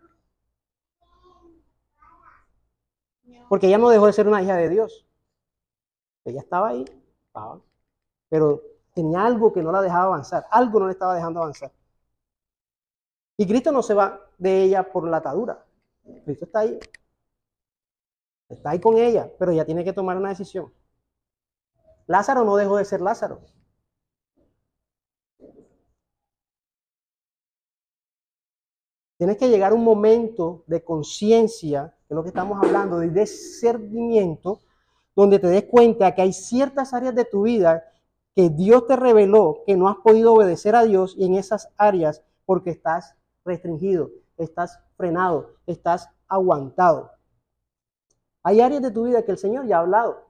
porque ella no dejó de ser una hija de Dios. Ella estaba ahí, estaba, pero tenía algo que no la dejaba avanzar, algo no le estaba dejando avanzar. Y Cristo no se va de ella por la atadura. Cristo está ahí. Está ahí con ella, pero ella tiene que tomar una decisión. Lázaro no dejó de ser Lázaro. Tienes que llegar a un momento de conciencia, que es lo que estamos hablando, de discernimiento, donde te des cuenta que hay ciertas áreas de tu vida que Dios te reveló que no has podido obedecer a Dios, y en esas áreas porque estás restringido, estás frenado, estás aguantado. Hay áreas de tu vida que el Señor ya ha hablado,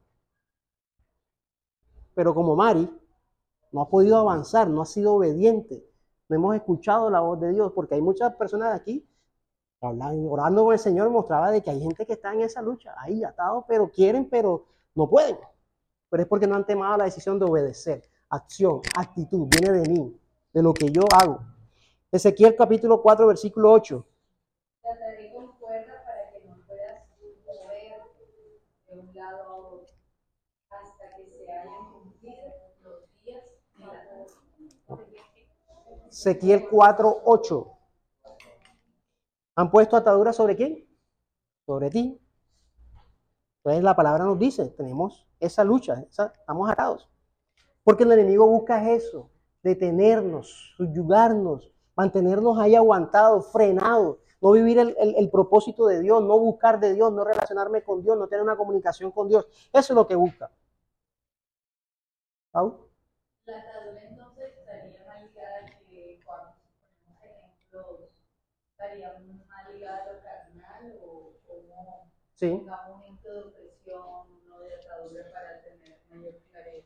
pero como Mari no ha podido avanzar, no ha sido obediente, no hemos escuchado la voz de Dios, porque hay muchas personas aquí hablando, orando con el Señor, mostraba de que hay gente que está en esa lucha, ahí atados, pero quieren, pero no pueden. Pero es porque no han tomado la decisión de obedecer. Acción, actitud, viene de mí, de lo que yo hago. Ezequiel capítulo cuatro, versículo ocho. Te ataré con cuerda para que no puedas mover. que se hayan cumplido los días de la noche. Ezequiel cuatro ocho. ¿Han puesto atadura sobre quién? Sobre ti. Entonces la palabra nos dice, tenemos esa lucha, esa, estamos atados. Porque el enemigo busca eso, detenernos, subyugarnos, mantenernos ahí aguantados, frenados, no vivir el, el, el propósito de Dios, no buscar de Dios, no relacionarme con Dios, no tener una comunicación con Dios. Eso es lo que busca. ¿Pau? La atadura entonces estaría más ligada a que cuando ponemos ejemplos, estaría más ligada a lo carnal o como Sí. un aumento de opresión, no de atadura para tener mayor clareza.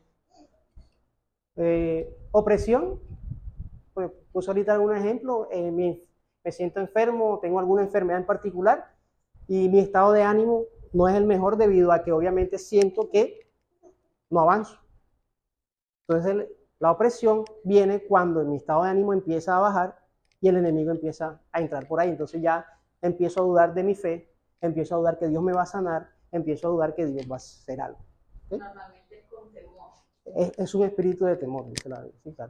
Eh, opresión, pues puse ahorita un ejemplo, eh, me, me siento enfermo, tengo alguna enfermedad en particular y mi estado de ánimo no es el mejor debido a que obviamente siento que no avanzo. Entonces el, la opresión viene cuando mi estado de ánimo empieza a bajar y el enemigo empieza a entrar por ahí. Entonces ya empiezo a dudar de mi fe, empiezo a dudar que Dios me va a sanar, empiezo a dudar que Dios va a hacer algo. ¿Okay? Normalmente es con temor. Es, es un espíritu de temor, dice la Biblia. Sí, claro.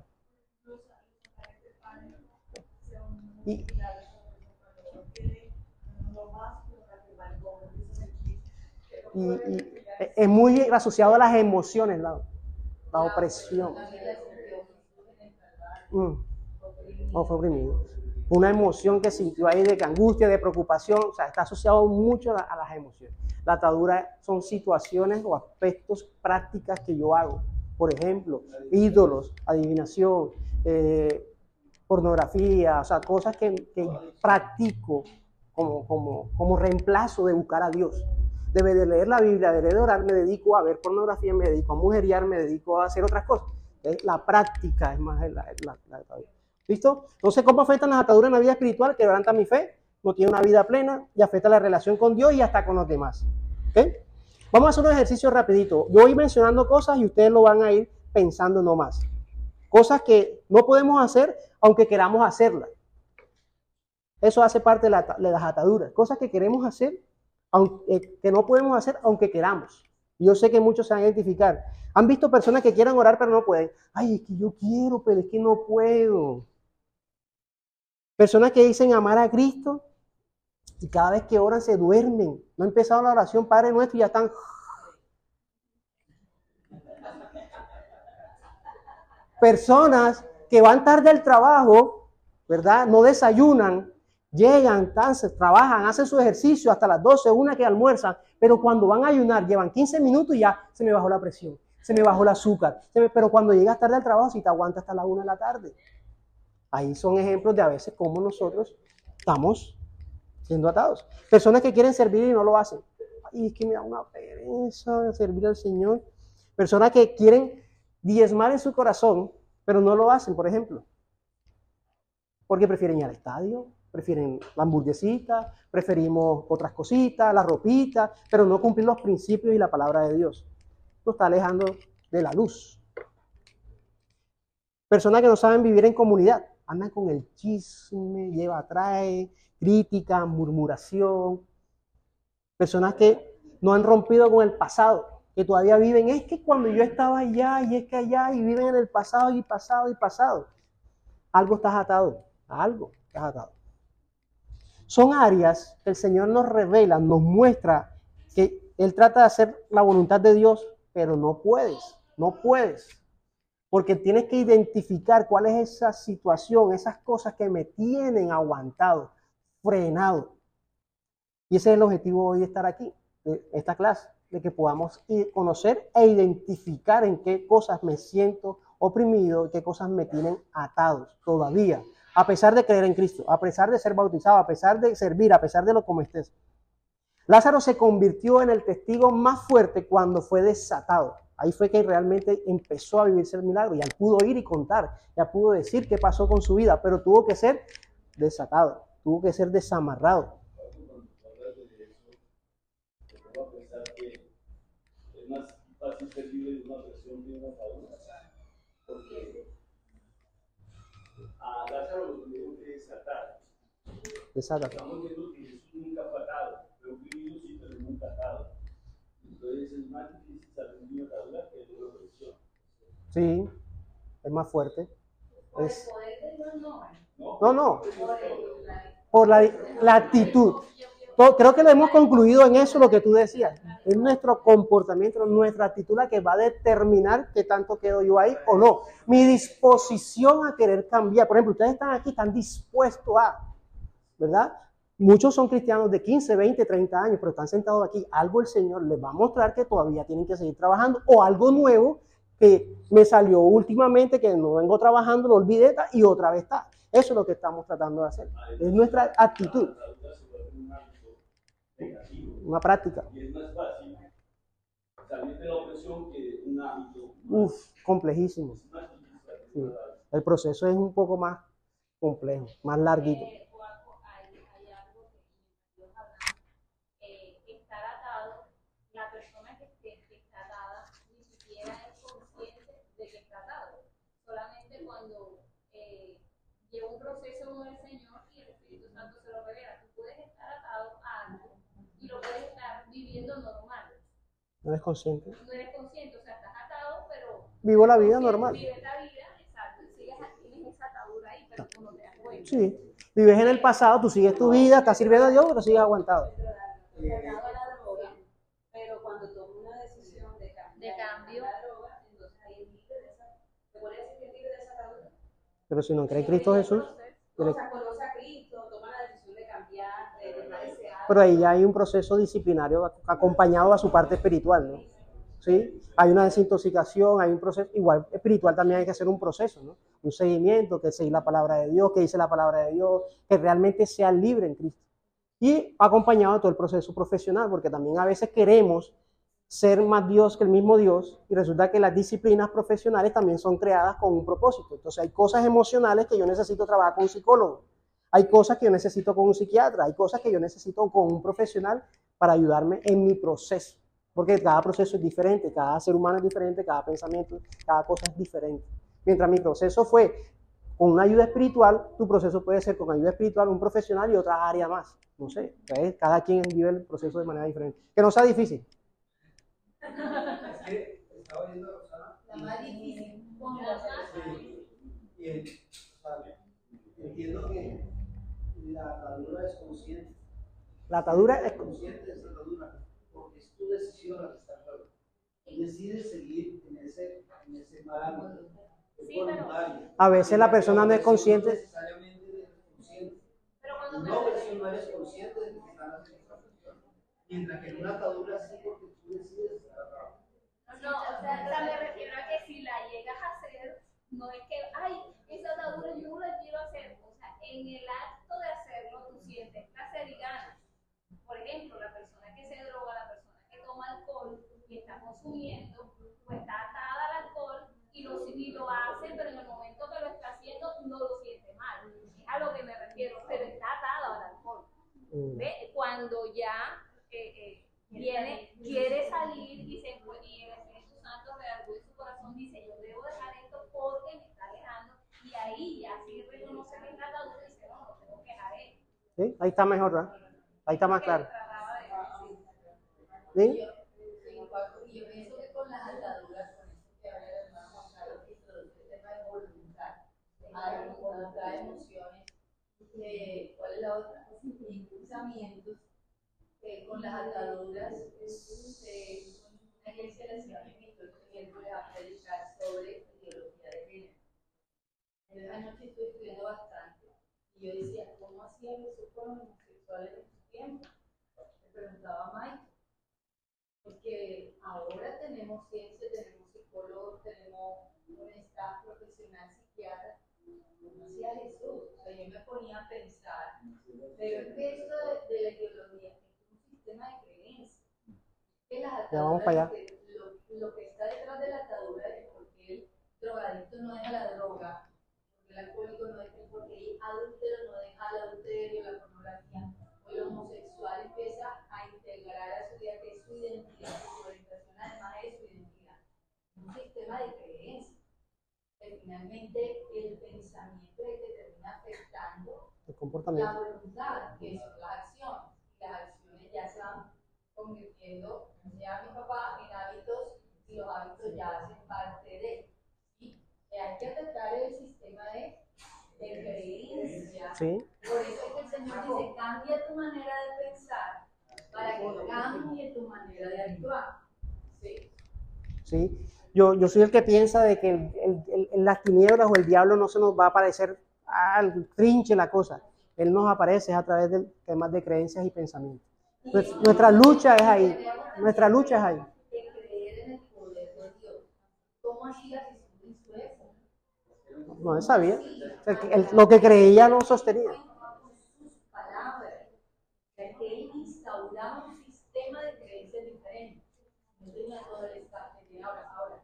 Y, y, y es muy asociado a las emociones, la, la opresión. Mm. No fue oprimido. Una emoción que sintió ahí de angustia, de preocupación, o sea, está asociado mucho a, a las emociones. La atadura son situaciones o aspectos, prácticas que yo hago. Por ejemplo, ídolos, adivinación, eh, pornografía, o sea, cosas que, que practico como, como, como reemplazo de buscar a Dios. Debe de leer la Biblia, debe de orar, me dedico a ver pornografía, me dedico a mujeriar, me dedico a hacer otras cosas. ¿Okay? La práctica es más la, la, la atadura. ¿Listo? Entonces, ¿cómo afectan las ataduras en la vida espiritual? Que quebranta mi fe, no tiene una vida plena y afecta la relación con Dios y hasta con los demás. ¿Okay? Vamos a hacer un ejercicio rapidito. Yo voy mencionando cosas y ustedes lo van a ir pensando nomás. Cosas que no podemos hacer aunque queramos hacerlas. Eso hace parte de, la, de las ataduras. Cosas que queremos hacer, aunque, que no podemos hacer aunque queramos. Yo sé que muchos se van a identificar. ¿Han visto personas que quieran orar pero no pueden? Ay, es que yo quiero, pero es que no puedo. Personas que dicen amar a Cristo y cada vez que oran se duermen. No han empezado la oración Padre Nuestro y ya están... Personas que van tarde al trabajo, ¿verdad? No desayunan, llegan, danzan, trabajan, hacen su ejercicio hasta las doce, una que almuerzan, pero cuando van a ayunar llevan quince minutos y ya se me bajó la presión, se me bajó el azúcar, se me... pero cuando llegas tarde al trabajo si te aguanta hasta la una de la tarde. Ahí son ejemplos de a veces cómo nosotros estamos siendo atados. Personas que quieren servir y no lo hacen. Ay, es que me da una pereza servir al Señor. Personas que quieren diezmar en su corazón, pero no lo hacen, por ejemplo. Porque prefieren ir al estadio, prefieren la hamburguesita, preferimos otras cositas, la ropita, pero no cumplir los principios y la palabra de Dios. Nos está alejando de la luz. Personas que no saben vivir en comunidad, andan con el chisme, lleva, trae, crítica, murmuración. Personas que no han rompido con el pasado, que todavía viven, es que cuando yo estaba allá y es que allá y viven en el pasado y pasado y pasado. Algo estás atado, a algo estás atado. Son áreas que el Señor nos revela, nos muestra que Él trata de hacer la voluntad de Dios, pero no puedes, no puedes. Porque tienes que identificar cuál es esa situación, esas cosas que me tienen aguantado, frenado. Y ese es el objetivo hoy de estar aquí, de esta clase, de que podamos conocer e identificar en qué cosas me siento oprimido y qué cosas me tienen atados todavía, a pesar de creer en Cristo, a pesar de ser bautizado, a pesar de servir, a pesar de lo como estés. Lázaro se convirtió en el testigo más fuerte cuando fue desatado. Ahí fue que realmente empezó a vivirse el milagro. Ya pudo ir y contar, ya pudo decir qué pasó con su vida, pero tuvo que ser desatado, tuvo que ser desamarrado. Es más fácil ser libre de una presión que una atadura. Porque a Lázaro lo tuvieron que desatar. Desátate. Estamos viendo que Jesús nunca fue atado, pero oprimido sí, pero nunca atado. Entonces es más difícil salir de una atadura que de Sí, es más fuerte. Por el Es, poder de Dios no. no, no, Por el- la- por la, la actitud. To- Creo que lo hemos concluido en eso, lo que tú decías. Es nuestro comportamiento, nuestra actitud la que va a determinar qué tanto quedo yo ahí o no. Mi disposición a querer cambiar. Por ejemplo, ustedes están aquí, están dispuestos a, ¿verdad? Muchos son cristianos de quince, veinte, treinta años, pero están sentados aquí. Algo el Señor les va a mostrar que todavía tienen que seguir trabajando, o algo nuevo que me salió últimamente, que no vengo trabajando, lo olvidé y otra vez está. Eso es lo que estamos tratando de hacer. Es nuestra actitud, una práctica. Y es más fácil salir de la opresión que un hábito. Uf, complejísimo. Sí. El proceso es un poco más complejo, más larguito. Eh, o algo- hay, hay algo que Dios habla, eh, estar atado, la persona que, que, que está atada ni siquiera es consciente de que está atado. Solamente cuando eh, lleva un proceso con el Señor y el Espíritu Santo se lo revela. Tú puedes estar atado a algo y lo puedes estar viviendo normal. No eres consciente. No eres consciente, o sea, estás atado, pero Vivo la vida consciente, normal. vives la vida, exacto, y sigues, tienes esa atadura ahí, pero tú no te das cuenta. Sí. Vives en el pasado, tú sigues tu vida, estás sirviendo a Dios, pero sigues aguantado. Atado a la droga, pero cuando toma una decisión de cambiar De cambio. la droga, entonces ahí es libre de esa, se podría decir que es libre de esa atadura. Pero si no cree en Cristo Jesús, O sea, conoce a Cristo, toma la decisión de cambiar, de dejar ese hábito. pero ahí ya hay un proceso disciplinario acompañado a su parte espiritual, ¿no? ¿Sí? Hay una desintoxicación, hay un proceso, igual espiritual también hay que hacer un proceso, ¿no? Un seguimiento, que seguir la palabra de Dios, que dice la palabra de Dios, que realmente sea libre en Cristo. Y acompañado de todo el proceso profesional, porque también a veces queremos ser más Dios que el mismo Dios, y resulta que las disciplinas profesionales también son creadas con un propósito. Entonces hay cosas emocionales que yo necesito trabajar con un psicólogo, hay cosas que yo necesito con un psiquiatra, hay cosas que yo necesito con un profesional para ayudarme en mi proceso, porque cada proceso es diferente, cada ser humano es diferente, cada pensamiento, cada cosa es diferente. Mientras mi proceso fue con una ayuda espiritual, tu proceso puede ser con ayuda espiritual, un profesional y otra área más. No sé, ¿ves? Cada quien vive el proceso de manera diferente. Que no sea difícil. Es que estaba viendo a Rosana. La más difícil. Sí, y el- o sea, entiendo que la atadura es consciente. La atadura es... consciente de esa atadura, porque es tu decisión la que está claro. Tú decides seguir en ese, en ese mal hábito. Es Sí, pero- voluntario. A veces la persona no es consciente. No necesariamente eres consciente. Pero cuando No, pero si no eres consciente de que estás haciendo esa cuestión. Mientras que en una atadura sí, porque tú decides estar atado. No, o sea, o sea, me refiero a que si la llegas a hacer, no es que, ay, esa atadura yo no la quiero hacer. O sea, en el acto de hacerlo, tú sientes placer y ganas. Por ejemplo, la persona que se droga, la persona que toma alcohol y está consumiendo, pues está atada al alcohol y lo, y lo hace, pero en el momento que lo está haciendo, no lo siente mal. Es a lo que me refiero, pero está atado al alcohol. ¿Ve? Cuando ya eh, eh, viene, quiere salir y, se, y el Espíritu Santo redargüe su corazón, dice, yo debo dejar esto porque me está alejando, y ahí ya sí reconoce que está atado y dice, no, no tengo que dejar esto. ¿Sí? Ahí está mejor, ¿verdad? Ahí está más claro. ¿Sí? Sí, Paco, y yo pienso que con las ataduras, con eso que habla el hermano Juan Carlos, que introduce el tema de voluntad, hay voluntad, emociones, eh, ¿cuál es la otra? Impulsamientos, eh, con las ataduras, eh, una iglesia de la ciudad de Cristo, el miércoles a predicar sobre ideología de género. Entonces anoche estoy estudiando bastante, y yo decía, ¿cómo hacía Jesús con los homosexuales en su tiempo? Le preguntaba a Mike. Porque ahora tenemos ciencia, tenemos psicólogos, tenemos un staff profesional psiquiatra. No hacía Jesús. O sea, yo me ponía a pensar, pero es que esto de, de la ideología es un sistema de creencias. Que las ataduras, Ya vamos para allá. Lo, lo que está detrás de la atadura es porque el drogadicto no deja la droga, porque el alcohólico no deja, porque el adúltero no deja el adulterio, la pornografía. El homosexual empieza a integrar a su vida, que es su identidad, su orientación además es su identidad. Un sistema de creencias. Que finalmente el pensamiento es el que termina afectando El la comportamiento. voluntad, que son las acciones. Y las acciones ya se van convirtiendo, ya mi papá, en hábitos, y los hábitos ya hacen parte de. que atacar el sistema de, de creencia. Sí. Por eso es que el Señor dice, cambia tu manera de pensar para que cambie tu manera de actuar. Sí. ¿Sí? Yo, yo soy el que piensa de que el, el, el, en las tinieblas o el diablo no se nos va a aparecer al trinche la cosa. Él nos aparece a través de temas de creencias y pensamientos. Nuestra, nuestra lucha es ahí. Nuestra lucha es ahí. De creer en el poder de Dios. ¿Cómo hacía Jesús hizo eso? No, no sabía. O sea, que él, lo que creía lo sostenía. Sus palabras. O sea, que él instauraba un sistema de creencias diferente. No tenía todo el estado que tiene ahora. Ahora,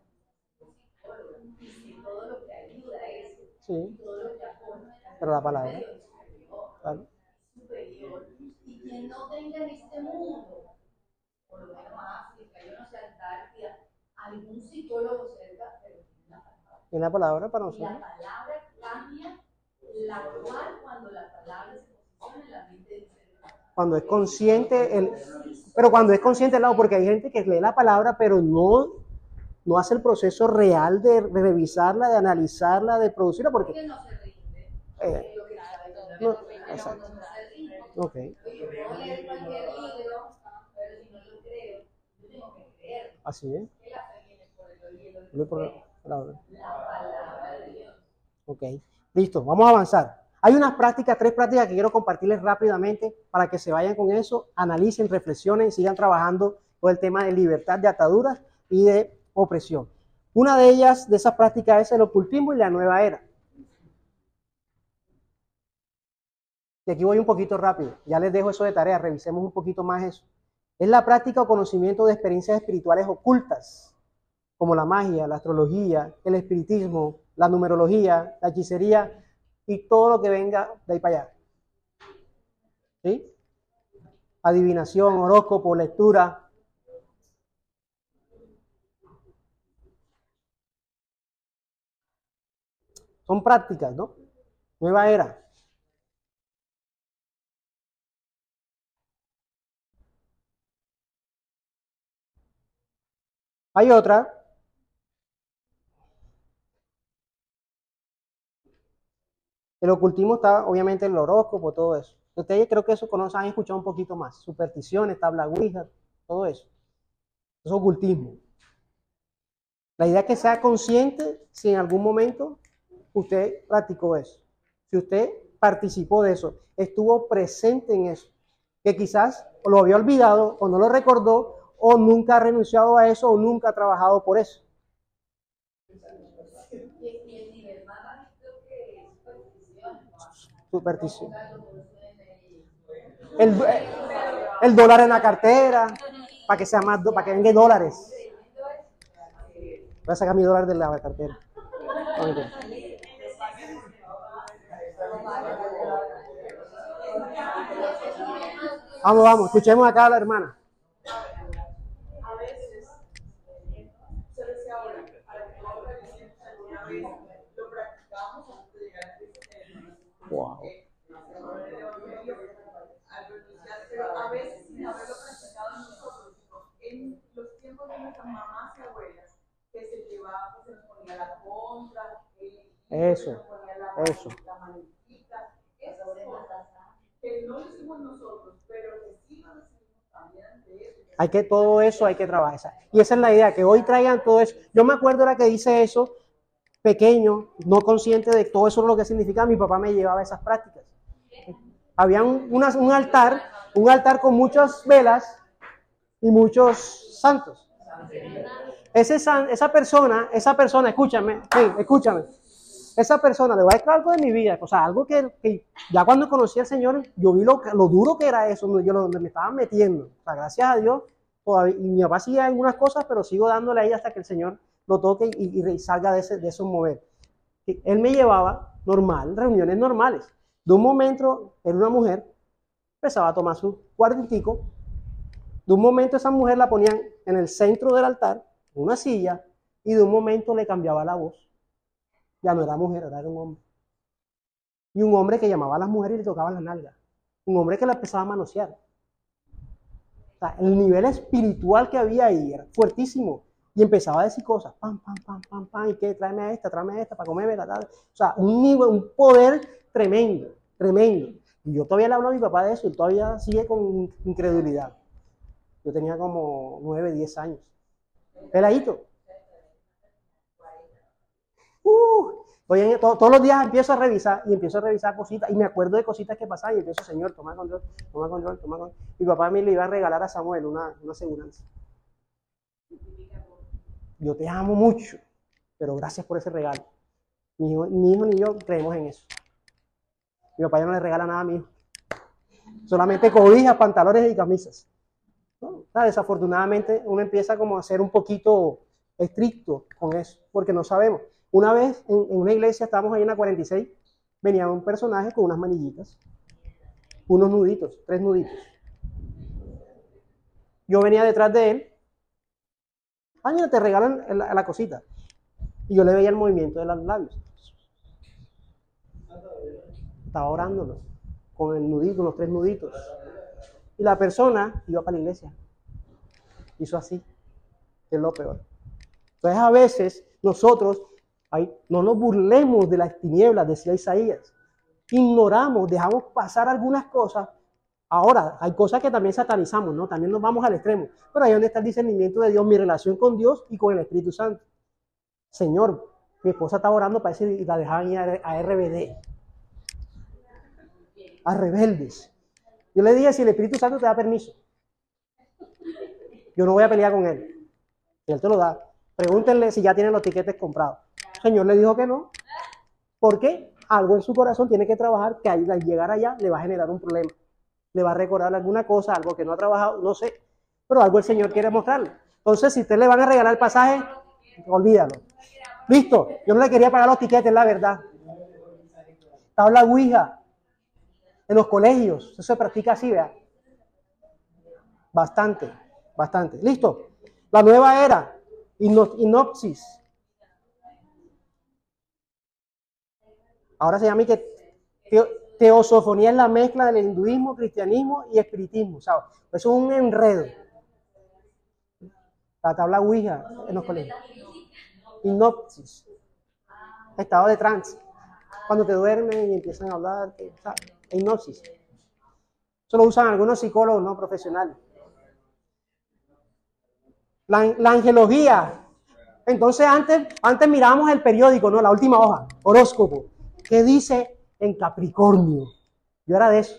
y todo lo que ayuda a eso. Sí. Todo lo que aporta. Pero la palabra. Superior. Claro. Superior. Y quien no tenga en este mundo, por lo menos África, yo no sé, Antártida, algún psicólogo cerca, pero tiene la palabra. En la palabra para Y nosotros. la palabra cambia la cual cuando la palabra se posiciona en la mente del ser humano. Cuando es consciente, el, pero cuando es consciente, lado, porque hay gente que lee la palabra, pero no, no hace el proceso real de, de revisarla, de analizarla, de producirla, porque... Porque no se rinde. Eh, Lo que sabe, no, no, exacto. no se rinde. Ok, Oye, yo puedo leer cualquier libro, pero si no lo creo, yo tengo que creer. así es. Que la fe viene por el oír, el Lo por oír, la palabra. la palabra de Dios. Ok, listo, vamos a avanzar. Hay unas prácticas, tres prácticas que quiero compartirles rápidamente para que se vayan con eso, analicen, reflexionen, sigan trabajando con el tema de libertad de ataduras y de opresión. Una de ellas, de esas prácticas, es el ocultismo y la nueva era. Y aquí voy un poquito rápido, ya les dejo eso de tarea, revisemos un poquito más eso. Es la práctica o conocimiento de experiencias espirituales ocultas, como la magia, la astrología, el espiritismo, la numerología, la hechicería y todo lo que venga de ahí para allá. ¿Sí? Adivinación, horóscopo, lectura. Son prácticas, ¿no? Nueva era. Hay otra. El ocultismo está, obviamente, el horóscopo, todo eso. Ustedes creo que eso conocen, han escuchado un poquito más. Supersticiones, tabla ouija, todo eso. Es ocultismo. La idea es que sea consciente si en algún momento usted practicó eso. Si usted participó de eso, estuvo presente en eso. Que quizás o lo había olvidado o no lo recordó o nunca ha renunciado a eso o nunca ha trabajado por eso. Y el nivel más bajito que es superstición. Superstición. El, el dólar en la cartera, para que sea más, para que venga dólares. Voy a sacar mi dólar de la cartera. Vamos, vamos, escuchemos acá a la hermana. A veces, se decía ahora, para que no revisemos alguna vez, lo practicamos antes de llegar a Cristo. Wow. Pero a veces sin haberlo practicado nosotros, en los tiempos de nuestras mamás y abuelas, que se llevaba, que se nos ponía la contra, eso, se ponía la, eso. la manitita, esas cosas que no lo hicimos nosotros, pero que sí lo recibimos también de eso. Hay que todo eso, hay que trabajar. Y esa es la idea, que hoy traigan todo eso. Yo me acuerdo era que dice eso, pequeño, no consciente de todo eso lo que significaba. Mi papá me llevaba a esas prácticas. Había un, una, un altar, un altar con muchas velas y muchos santos. Ese, esa persona, esa persona, escúchame, hey, escúchame. Esa persona, le voy a decir algo de mi vida, o sea, algo que, que ya cuando conocí al Señor, yo vi lo, lo duro que era eso, yo donde me estaba metiendo. O sea, gracias a Dios, todavía, y mi papá sigue algunas cosas, pero sigo dándole a ella hasta que el Señor lo toque y, y, y salga de, ese, de esos mover. Él me llevaba normal, reuniones normales. De un momento, era una mujer, empezaba a tomar su cuartitico. De un momento esa mujer la ponían en el centro del altar, en una silla, y de un momento le cambiaba la voz. Ya no era mujer, ahora era un hombre. Y un hombre que llamaba a las mujeres y le tocaba las nalgas. Un hombre que la empezaba a manosear. O sea, el nivel espiritual que había ahí era fuertísimo. Y empezaba a decir cosas, pam, pam, pam, pam, pam, y que tráeme a esta, tráeme a esta, para comerme, la, tal. O sea, un nivel, un poder tremendo, tremendo. Y yo todavía le hablo a mi papá de eso, y todavía sigue con incredulidad. Yo tenía como nueve, diez años. Peladito. Uh, oye, to, todos los días empiezo a revisar, y empiezo a revisar cositas, y me acuerdo de cositas que pasaban, y empiezo, Señor, toma control, toma control, toma control. Mi papá me le iba a regalar a Samuel una, una aseguranza. Yo te amo mucho, pero gracias por ese regalo. Mi hijo, mi hijo ni yo creemos en eso. Mi papá ya no le regala nada a mi hijo. Solamente cobijas, pantalones y camisas. ¿No? O sea, desafortunadamente uno empieza como a ser un poquito estricto con eso, porque no sabemos. Una vez en, en una iglesia, estábamos ahí en la cuarenta y seis, venía un personaje con unas manillitas, unos nuditos, tres nuditos. Yo venía detrás de él. Ah, mira, te regalan la, la cosita. Y yo le veía el movimiento de los labios. Estaba orándolo con el nudito, los tres nuditos. Y la persona iba para la iglesia. Hizo así, que es lo peor. Entonces a veces nosotros ay, no nos burlemos de las tinieblas, decía Isaías. Ignoramos, dejamos pasar algunas cosas. Ahora, hay cosas que también satanizamos, ¿no? También nos vamos al extremo. Pero ahí es donde está el discernimiento de Dios, mi relación con Dios y con el Espíritu Santo. Señor, mi esposa estaba orando para eso y la dejaban ir a R B D. A rebeldes. Yo le dije, si el Espíritu Santo te da permiso, yo no voy a pelear con él. Y él te lo da. Pregúntenle si ya tienen los tiquetes comprados. El Señor le dijo que no. ¿Por qué? Algo en su corazón tiene que trabajar que al llegar allá le va a generar un problema. Le va a recordar alguna cosa, algo que no ha trabajado, no sé. Pero algo el Señor quiere mostrarle. Entonces, si usted le van a regalar el pasaje, olvídalo. Listo. Yo no le quería pagar los tiquetes, la verdad. Tabla Ouija. En los colegios. Eso se practica así, vea. Bastante, bastante. Listo. La nueva era. Hinopsis. Ahora se llama que te, teosofonía es la mezcla del hinduismo, cristianismo y espiritismo. ¿Sabes? Eso es un enredo. La tabla Ouija en los colegios. Hinopsis. Estado de trance. Cuando te duermen y empiezan a hablar. ¿Sabes? Hipnosis. Eso lo usan algunos psicólogos no profesionales. La, la angelología. Entonces antes, antes mirábamos el periódico, ¿no? La última hoja, horóscopo. ¿Qué dice en Capricornio? Yo era de eso.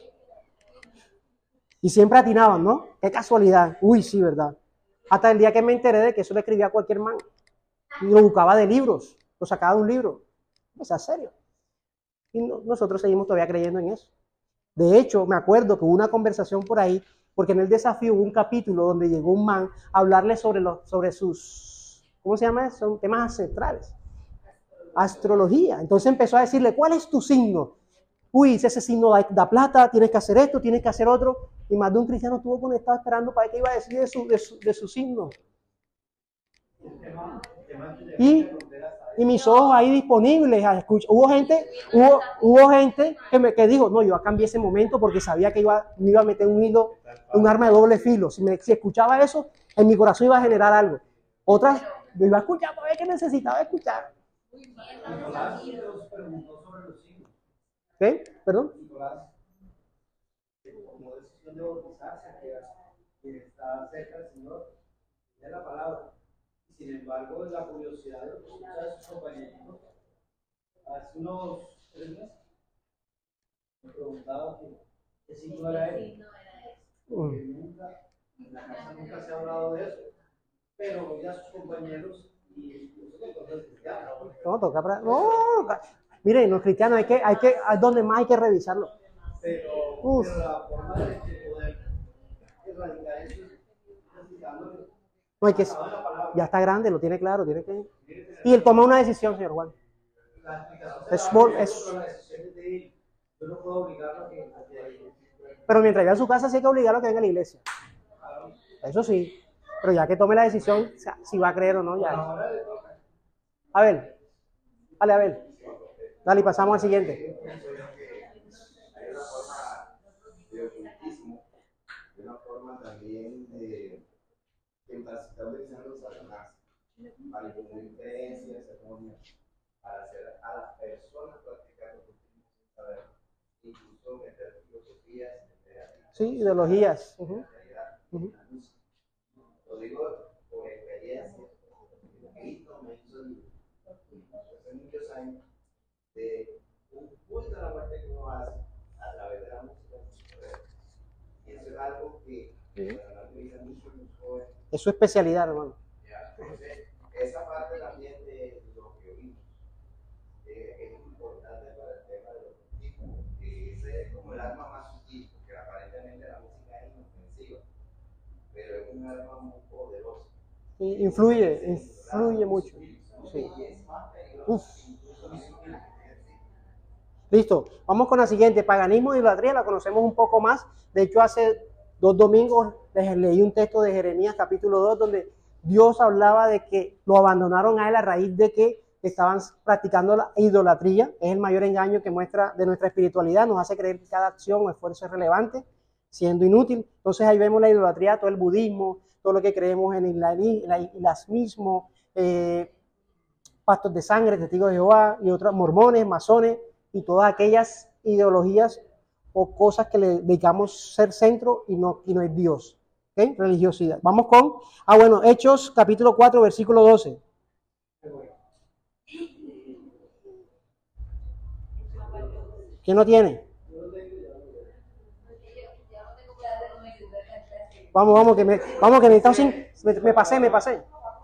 Y siempre atinaban, ¿no? Qué casualidad. Uy, sí, ¿verdad? Hasta el día que me enteré de que eso lo escribía cualquier man. Y lo buscaba de libros. Lo sacaba de un libro. O sea, serio. Y no, nosotros seguimos todavía creyendo en eso. De hecho, me acuerdo que hubo una conversación por ahí, porque en el desafío hubo un capítulo donde llegó un man a hablarle sobre, los, sobre sus, ¿cómo se llama eso? Son temas ancestrales. Astrología. Entonces empezó a decirle, ¿cuál es tu signo? Uy, ese signo da, da plata, tienes que hacer esto, tienes que hacer otro. Y más de un cristiano estuvo conectado esperando para ver qué iba a decir de su, de su, de su signo. Y, y mis ojos ahí disponibles a escuchar. Hubo gente, hubo, hubo gente que, me, que dijo, no, yo cambié ese momento porque sabía que iba, me iba a meter un hilo, un arma de doble filo. Si, me, si escuchaba eso, en mi corazón iba a generar algo. Otras, yo iba a escuchar para ver qué necesitaba escuchar. ¿Qué? ¿Perdón? Como decisión de bautizarse, que está cerca del Señor, de la palabra. Sin embargo, la curiosidad de los de sus compañeritos, hace unos tres meses, me preguntaba que, qué signo era él. Porque nunca, en la casa nunca se ha hablado de eso. Pero oye a sus compañeros y nosotros cristianos. No, toca para. No, miren, los cristianos hay que, hay que, es donde más hay que revisarlo. Pero, pero la forma de poder erradicar eso es practicándolo. No hay que, ya está grande, lo tiene claro, tiene que. Y él toma una decisión, señor Juan. Es, es, yo no puedo obligarlo a que. Pero mientras vaya a su casa, sí hay que obligarlo a que venga a la iglesia. Eso sí. Pero ya que tome la decisión, o sea, si va a creer o no, ya. A ver, dale, a ver. Dale, y pasamos al siguiente. De una forma también de que está utilizando Satanás. para incluir creencias, ceremonias, para hacer a las personas practicar los últimos sin saber, incluso meter filosofías, sí, ideologías. Uh-huh. Uh-huh. Lo digo por experiencia. Cristo me hizo hace muchos años de un culto a la muerte que uno hace a través de la música. Y eso es algo que sí. Bueno, no utiliza mucho en los jóvenes. Es su especialidad, hermano. Ya, entonces, esa parte también de lo que oímos eh, es importante para el tema de los tipos, que ese es como el arma más sutil, porque aparentemente la música es inofensiva, pero es un arma muy poderosa. Sí, influye, influye mucho. Sí. Uf. Listo, vamos con la siguiente. Paganismo y idolatría la conocemos un poco más. De hecho, hace dos domingos les leí un texto de Jeremías capítulo dos donde Dios hablaba de que lo abandonaron a él a raíz de que estaban practicando la idolatría. Es el mayor engaño que muestra de nuestra espiritualidad. Nos hace creer que cada acción o esfuerzo es relevante, siendo inútil. Entonces ahí vemos la idolatría, todo el budismo, todo lo que creemos en el islamismo, eh, pactos de sangre, testigos de Jehová y otros mormones, masones y todas aquellas ideologías o cosas que le dedicamos ser centro y no, y no es Dios. ¿Okay? Religiosidad. Vamos con, ah bueno, Hechos capítulo cuatro, versículo doce. ¿Quién lo tiene? Vamos, vamos, que me, vamos, que necesitamos sin, me, me pasé, me pasé.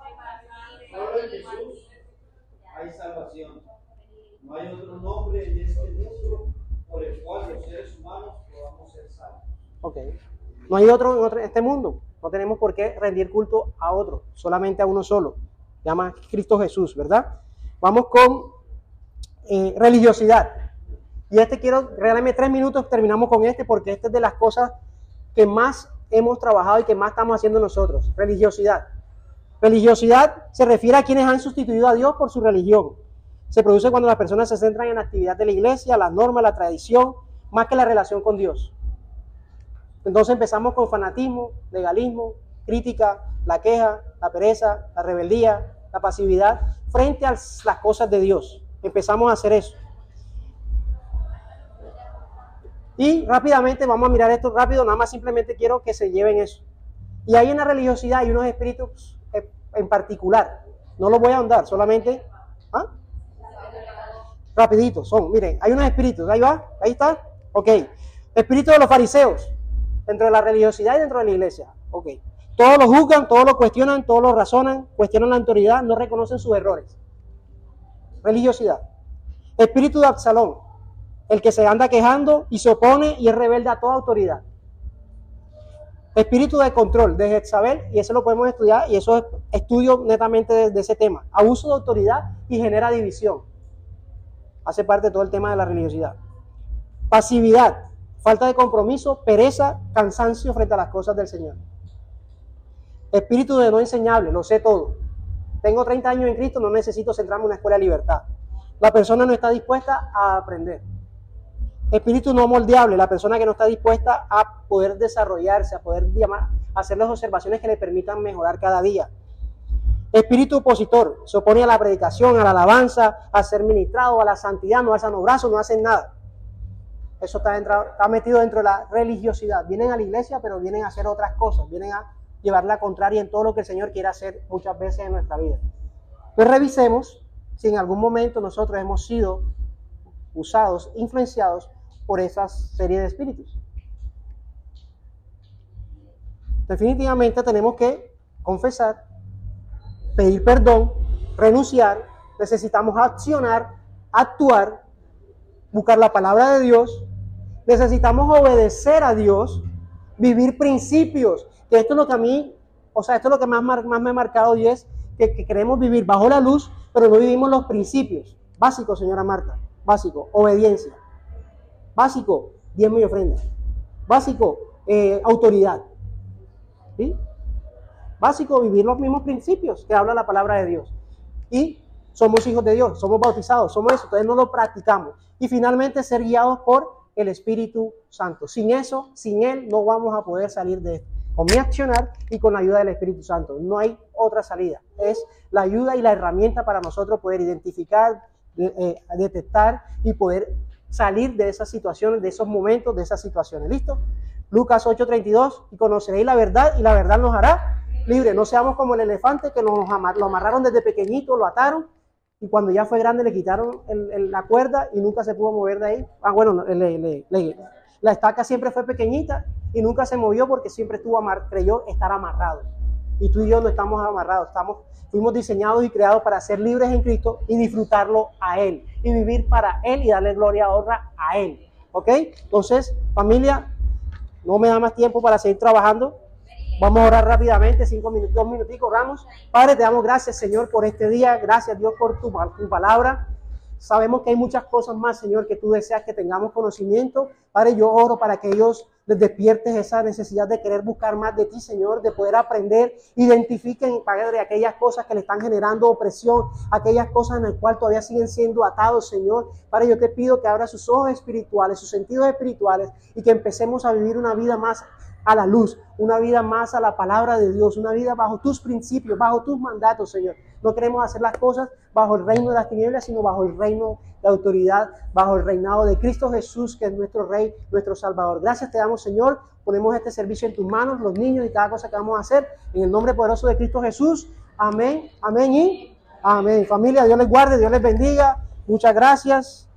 Hay salvación. No hay otro nombre en este mundo por el cual los seres humanos podamos ser salvos. Ok. No hay otro en otro, este mundo. No tenemos por qué rendir culto a otro, solamente a uno solo. Se llama Cristo Jesús, ¿verdad? Vamos con eh, religiosidad. Y este quiero, regálame tres minutos, terminamos con este, porque este es de las cosas que más hemos trabajado y que más estamos haciendo nosotros. Religiosidad. Religiosidad se refiere a quienes han sustituido a Dios por su religión. Se produce cuando las personas se centran en la actividad de la iglesia, las normas, la tradición, más que la relación con Dios. Entonces empezamos con fanatismo, legalismo, crítica, la queja, la pereza, la rebeldía, la pasividad frente a las cosas de Dios. Empezamos a hacer eso. Y rápidamente, vamos a mirar esto rápido, nada más simplemente quiero que se lleven eso. Y hay una religiosidad y unos espíritus en particular. No los voy a ahondar, solamente... ¿ah? Rapidito, son, miren, hay unos espíritus, ahí va, ahí está, ok. Espíritu de los fariseos, dentro de la religiosidad y dentro de la iglesia, ok. Todos lo juzgan, todos lo cuestionan, todos lo razonan, cuestionan la autoridad, no reconocen sus errores. Religiosidad. Espíritu de Absalón, el que se anda quejando y se opone y es rebelde a toda autoridad. Espíritu de control, de Jezabel, y eso lo podemos estudiar, y eso es estudio netamente de, de ese tema. Abuso de autoridad y genera división. Hace parte de todo el tema de la religiosidad. Pasividad, falta de compromiso, pereza, cansancio frente a las cosas del Señor. Espíritu de no enseñable, lo sé todo. Tengo treinta años en Cristo, no necesito centrarme en una escuela de libertad. La persona no está dispuesta a aprender. Espíritu no moldeable, la persona que no está dispuesta a poder desarrollarse, a poder llamar, hacer las observaciones que le permitan mejorar cada día. Espíritu opositor, se opone a la predicación, a la alabanza, a ser ministrado, a la santidad, no alzan los brazos, no hacen nada. Eso está, dentro, está metido dentro de la religiosidad. Vienen a la iglesia, pero vienen a hacer otras cosas, vienen a llevar la contraria en todo lo que el Señor quiere hacer muchas veces en nuestra vida. Pues revisemos si en algún momento nosotros hemos sido usados, influenciados por esa serie de espíritus. Definitivamente tenemos que confesar, pedir perdón, renunciar, necesitamos accionar, actuar, buscar la palabra de Dios, necesitamos obedecer a Dios, vivir principios, que esto es lo que a mí, o sea, esto es lo que más, más me ha marcado y es que, que queremos vivir bajo la luz, pero no vivimos los principios. Básico, señora Marta, básico, obediencia. Básico, diezmo y ofrenda. Básico, eh, autoridad. ¿Sí? Básico, vivir los mismos principios que habla la palabra de Dios. Y somos hijos de Dios, somos bautizados, somos eso, entonces no lo practicamos. Y finalmente ser guiados por el Espíritu Santo. Sin eso, sin Él, no vamos a poder salir de esto. con mi accionar y con la ayuda del Espíritu Santo. No hay otra salida. Es la ayuda y la herramienta para nosotros poder identificar, eh, detectar y poder salir de esas situaciones, de esos momentos, de esas situaciones. ¿Listo? Lucas ocho treinta y dos, y conoceréis la verdad y la verdad nos hará libre. No seamos como el elefante que nos amar, lo amarraron desde pequeñito, lo ataron y cuando ya fue grande le quitaron el, el, la cuerda y nunca se pudo mover de ahí. Ah, bueno, le, le, le, la estaca siempre fue pequeñita y nunca se movió porque siempre estuvo amar, creyó estar amarrado. Y tú y yo no estamos amarrados, estamos, fuimos diseñados y creados para ser libres en Cristo y disfrutarlo a Él y vivir para Él y darle gloria y honra a Él. ¿Ok? Entonces, familia, no me da más tiempo para seguir trabajando. Vamos a orar rápidamente, cinco minutos, dos minuticos, oramos. Padre, te damos gracias, Señor, por este día. Gracias, Dios, por tu, tu palabra. Sabemos que hay muchas cosas más, Señor, que tú deseas que tengamos conocimiento. Padre, yo oro para que ellos les despiertes esa necesidad de querer buscar más de ti, Señor, de poder aprender. Identifiquen, Padre, aquellas cosas que le están generando opresión, aquellas cosas en las cuales todavía siguen siendo atados, Señor. Padre, yo te pido que abra sus ojos espirituales, sus sentidos espirituales y que empecemos a vivir una vida más a la luz, una vida más a la palabra de Dios, una vida bajo tus principios, bajo tus mandatos, Señor. No queremos hacer las cosas bajo el reino de las tinieblas, sino bajo el reino de autoridad, bajo el reinado de Cristo Jesús, que es nuestro Rey, nuestro Salvador. Gracias te damos, Señor. Ponemos este servicio en tus manos, los niños y cada cosa que vamos a hacer. En el nombre poderoso de Cristo Jesús. Amén, amén y amén. Familia, Dios les guarde, Dios les bendiga. Muchas gracias.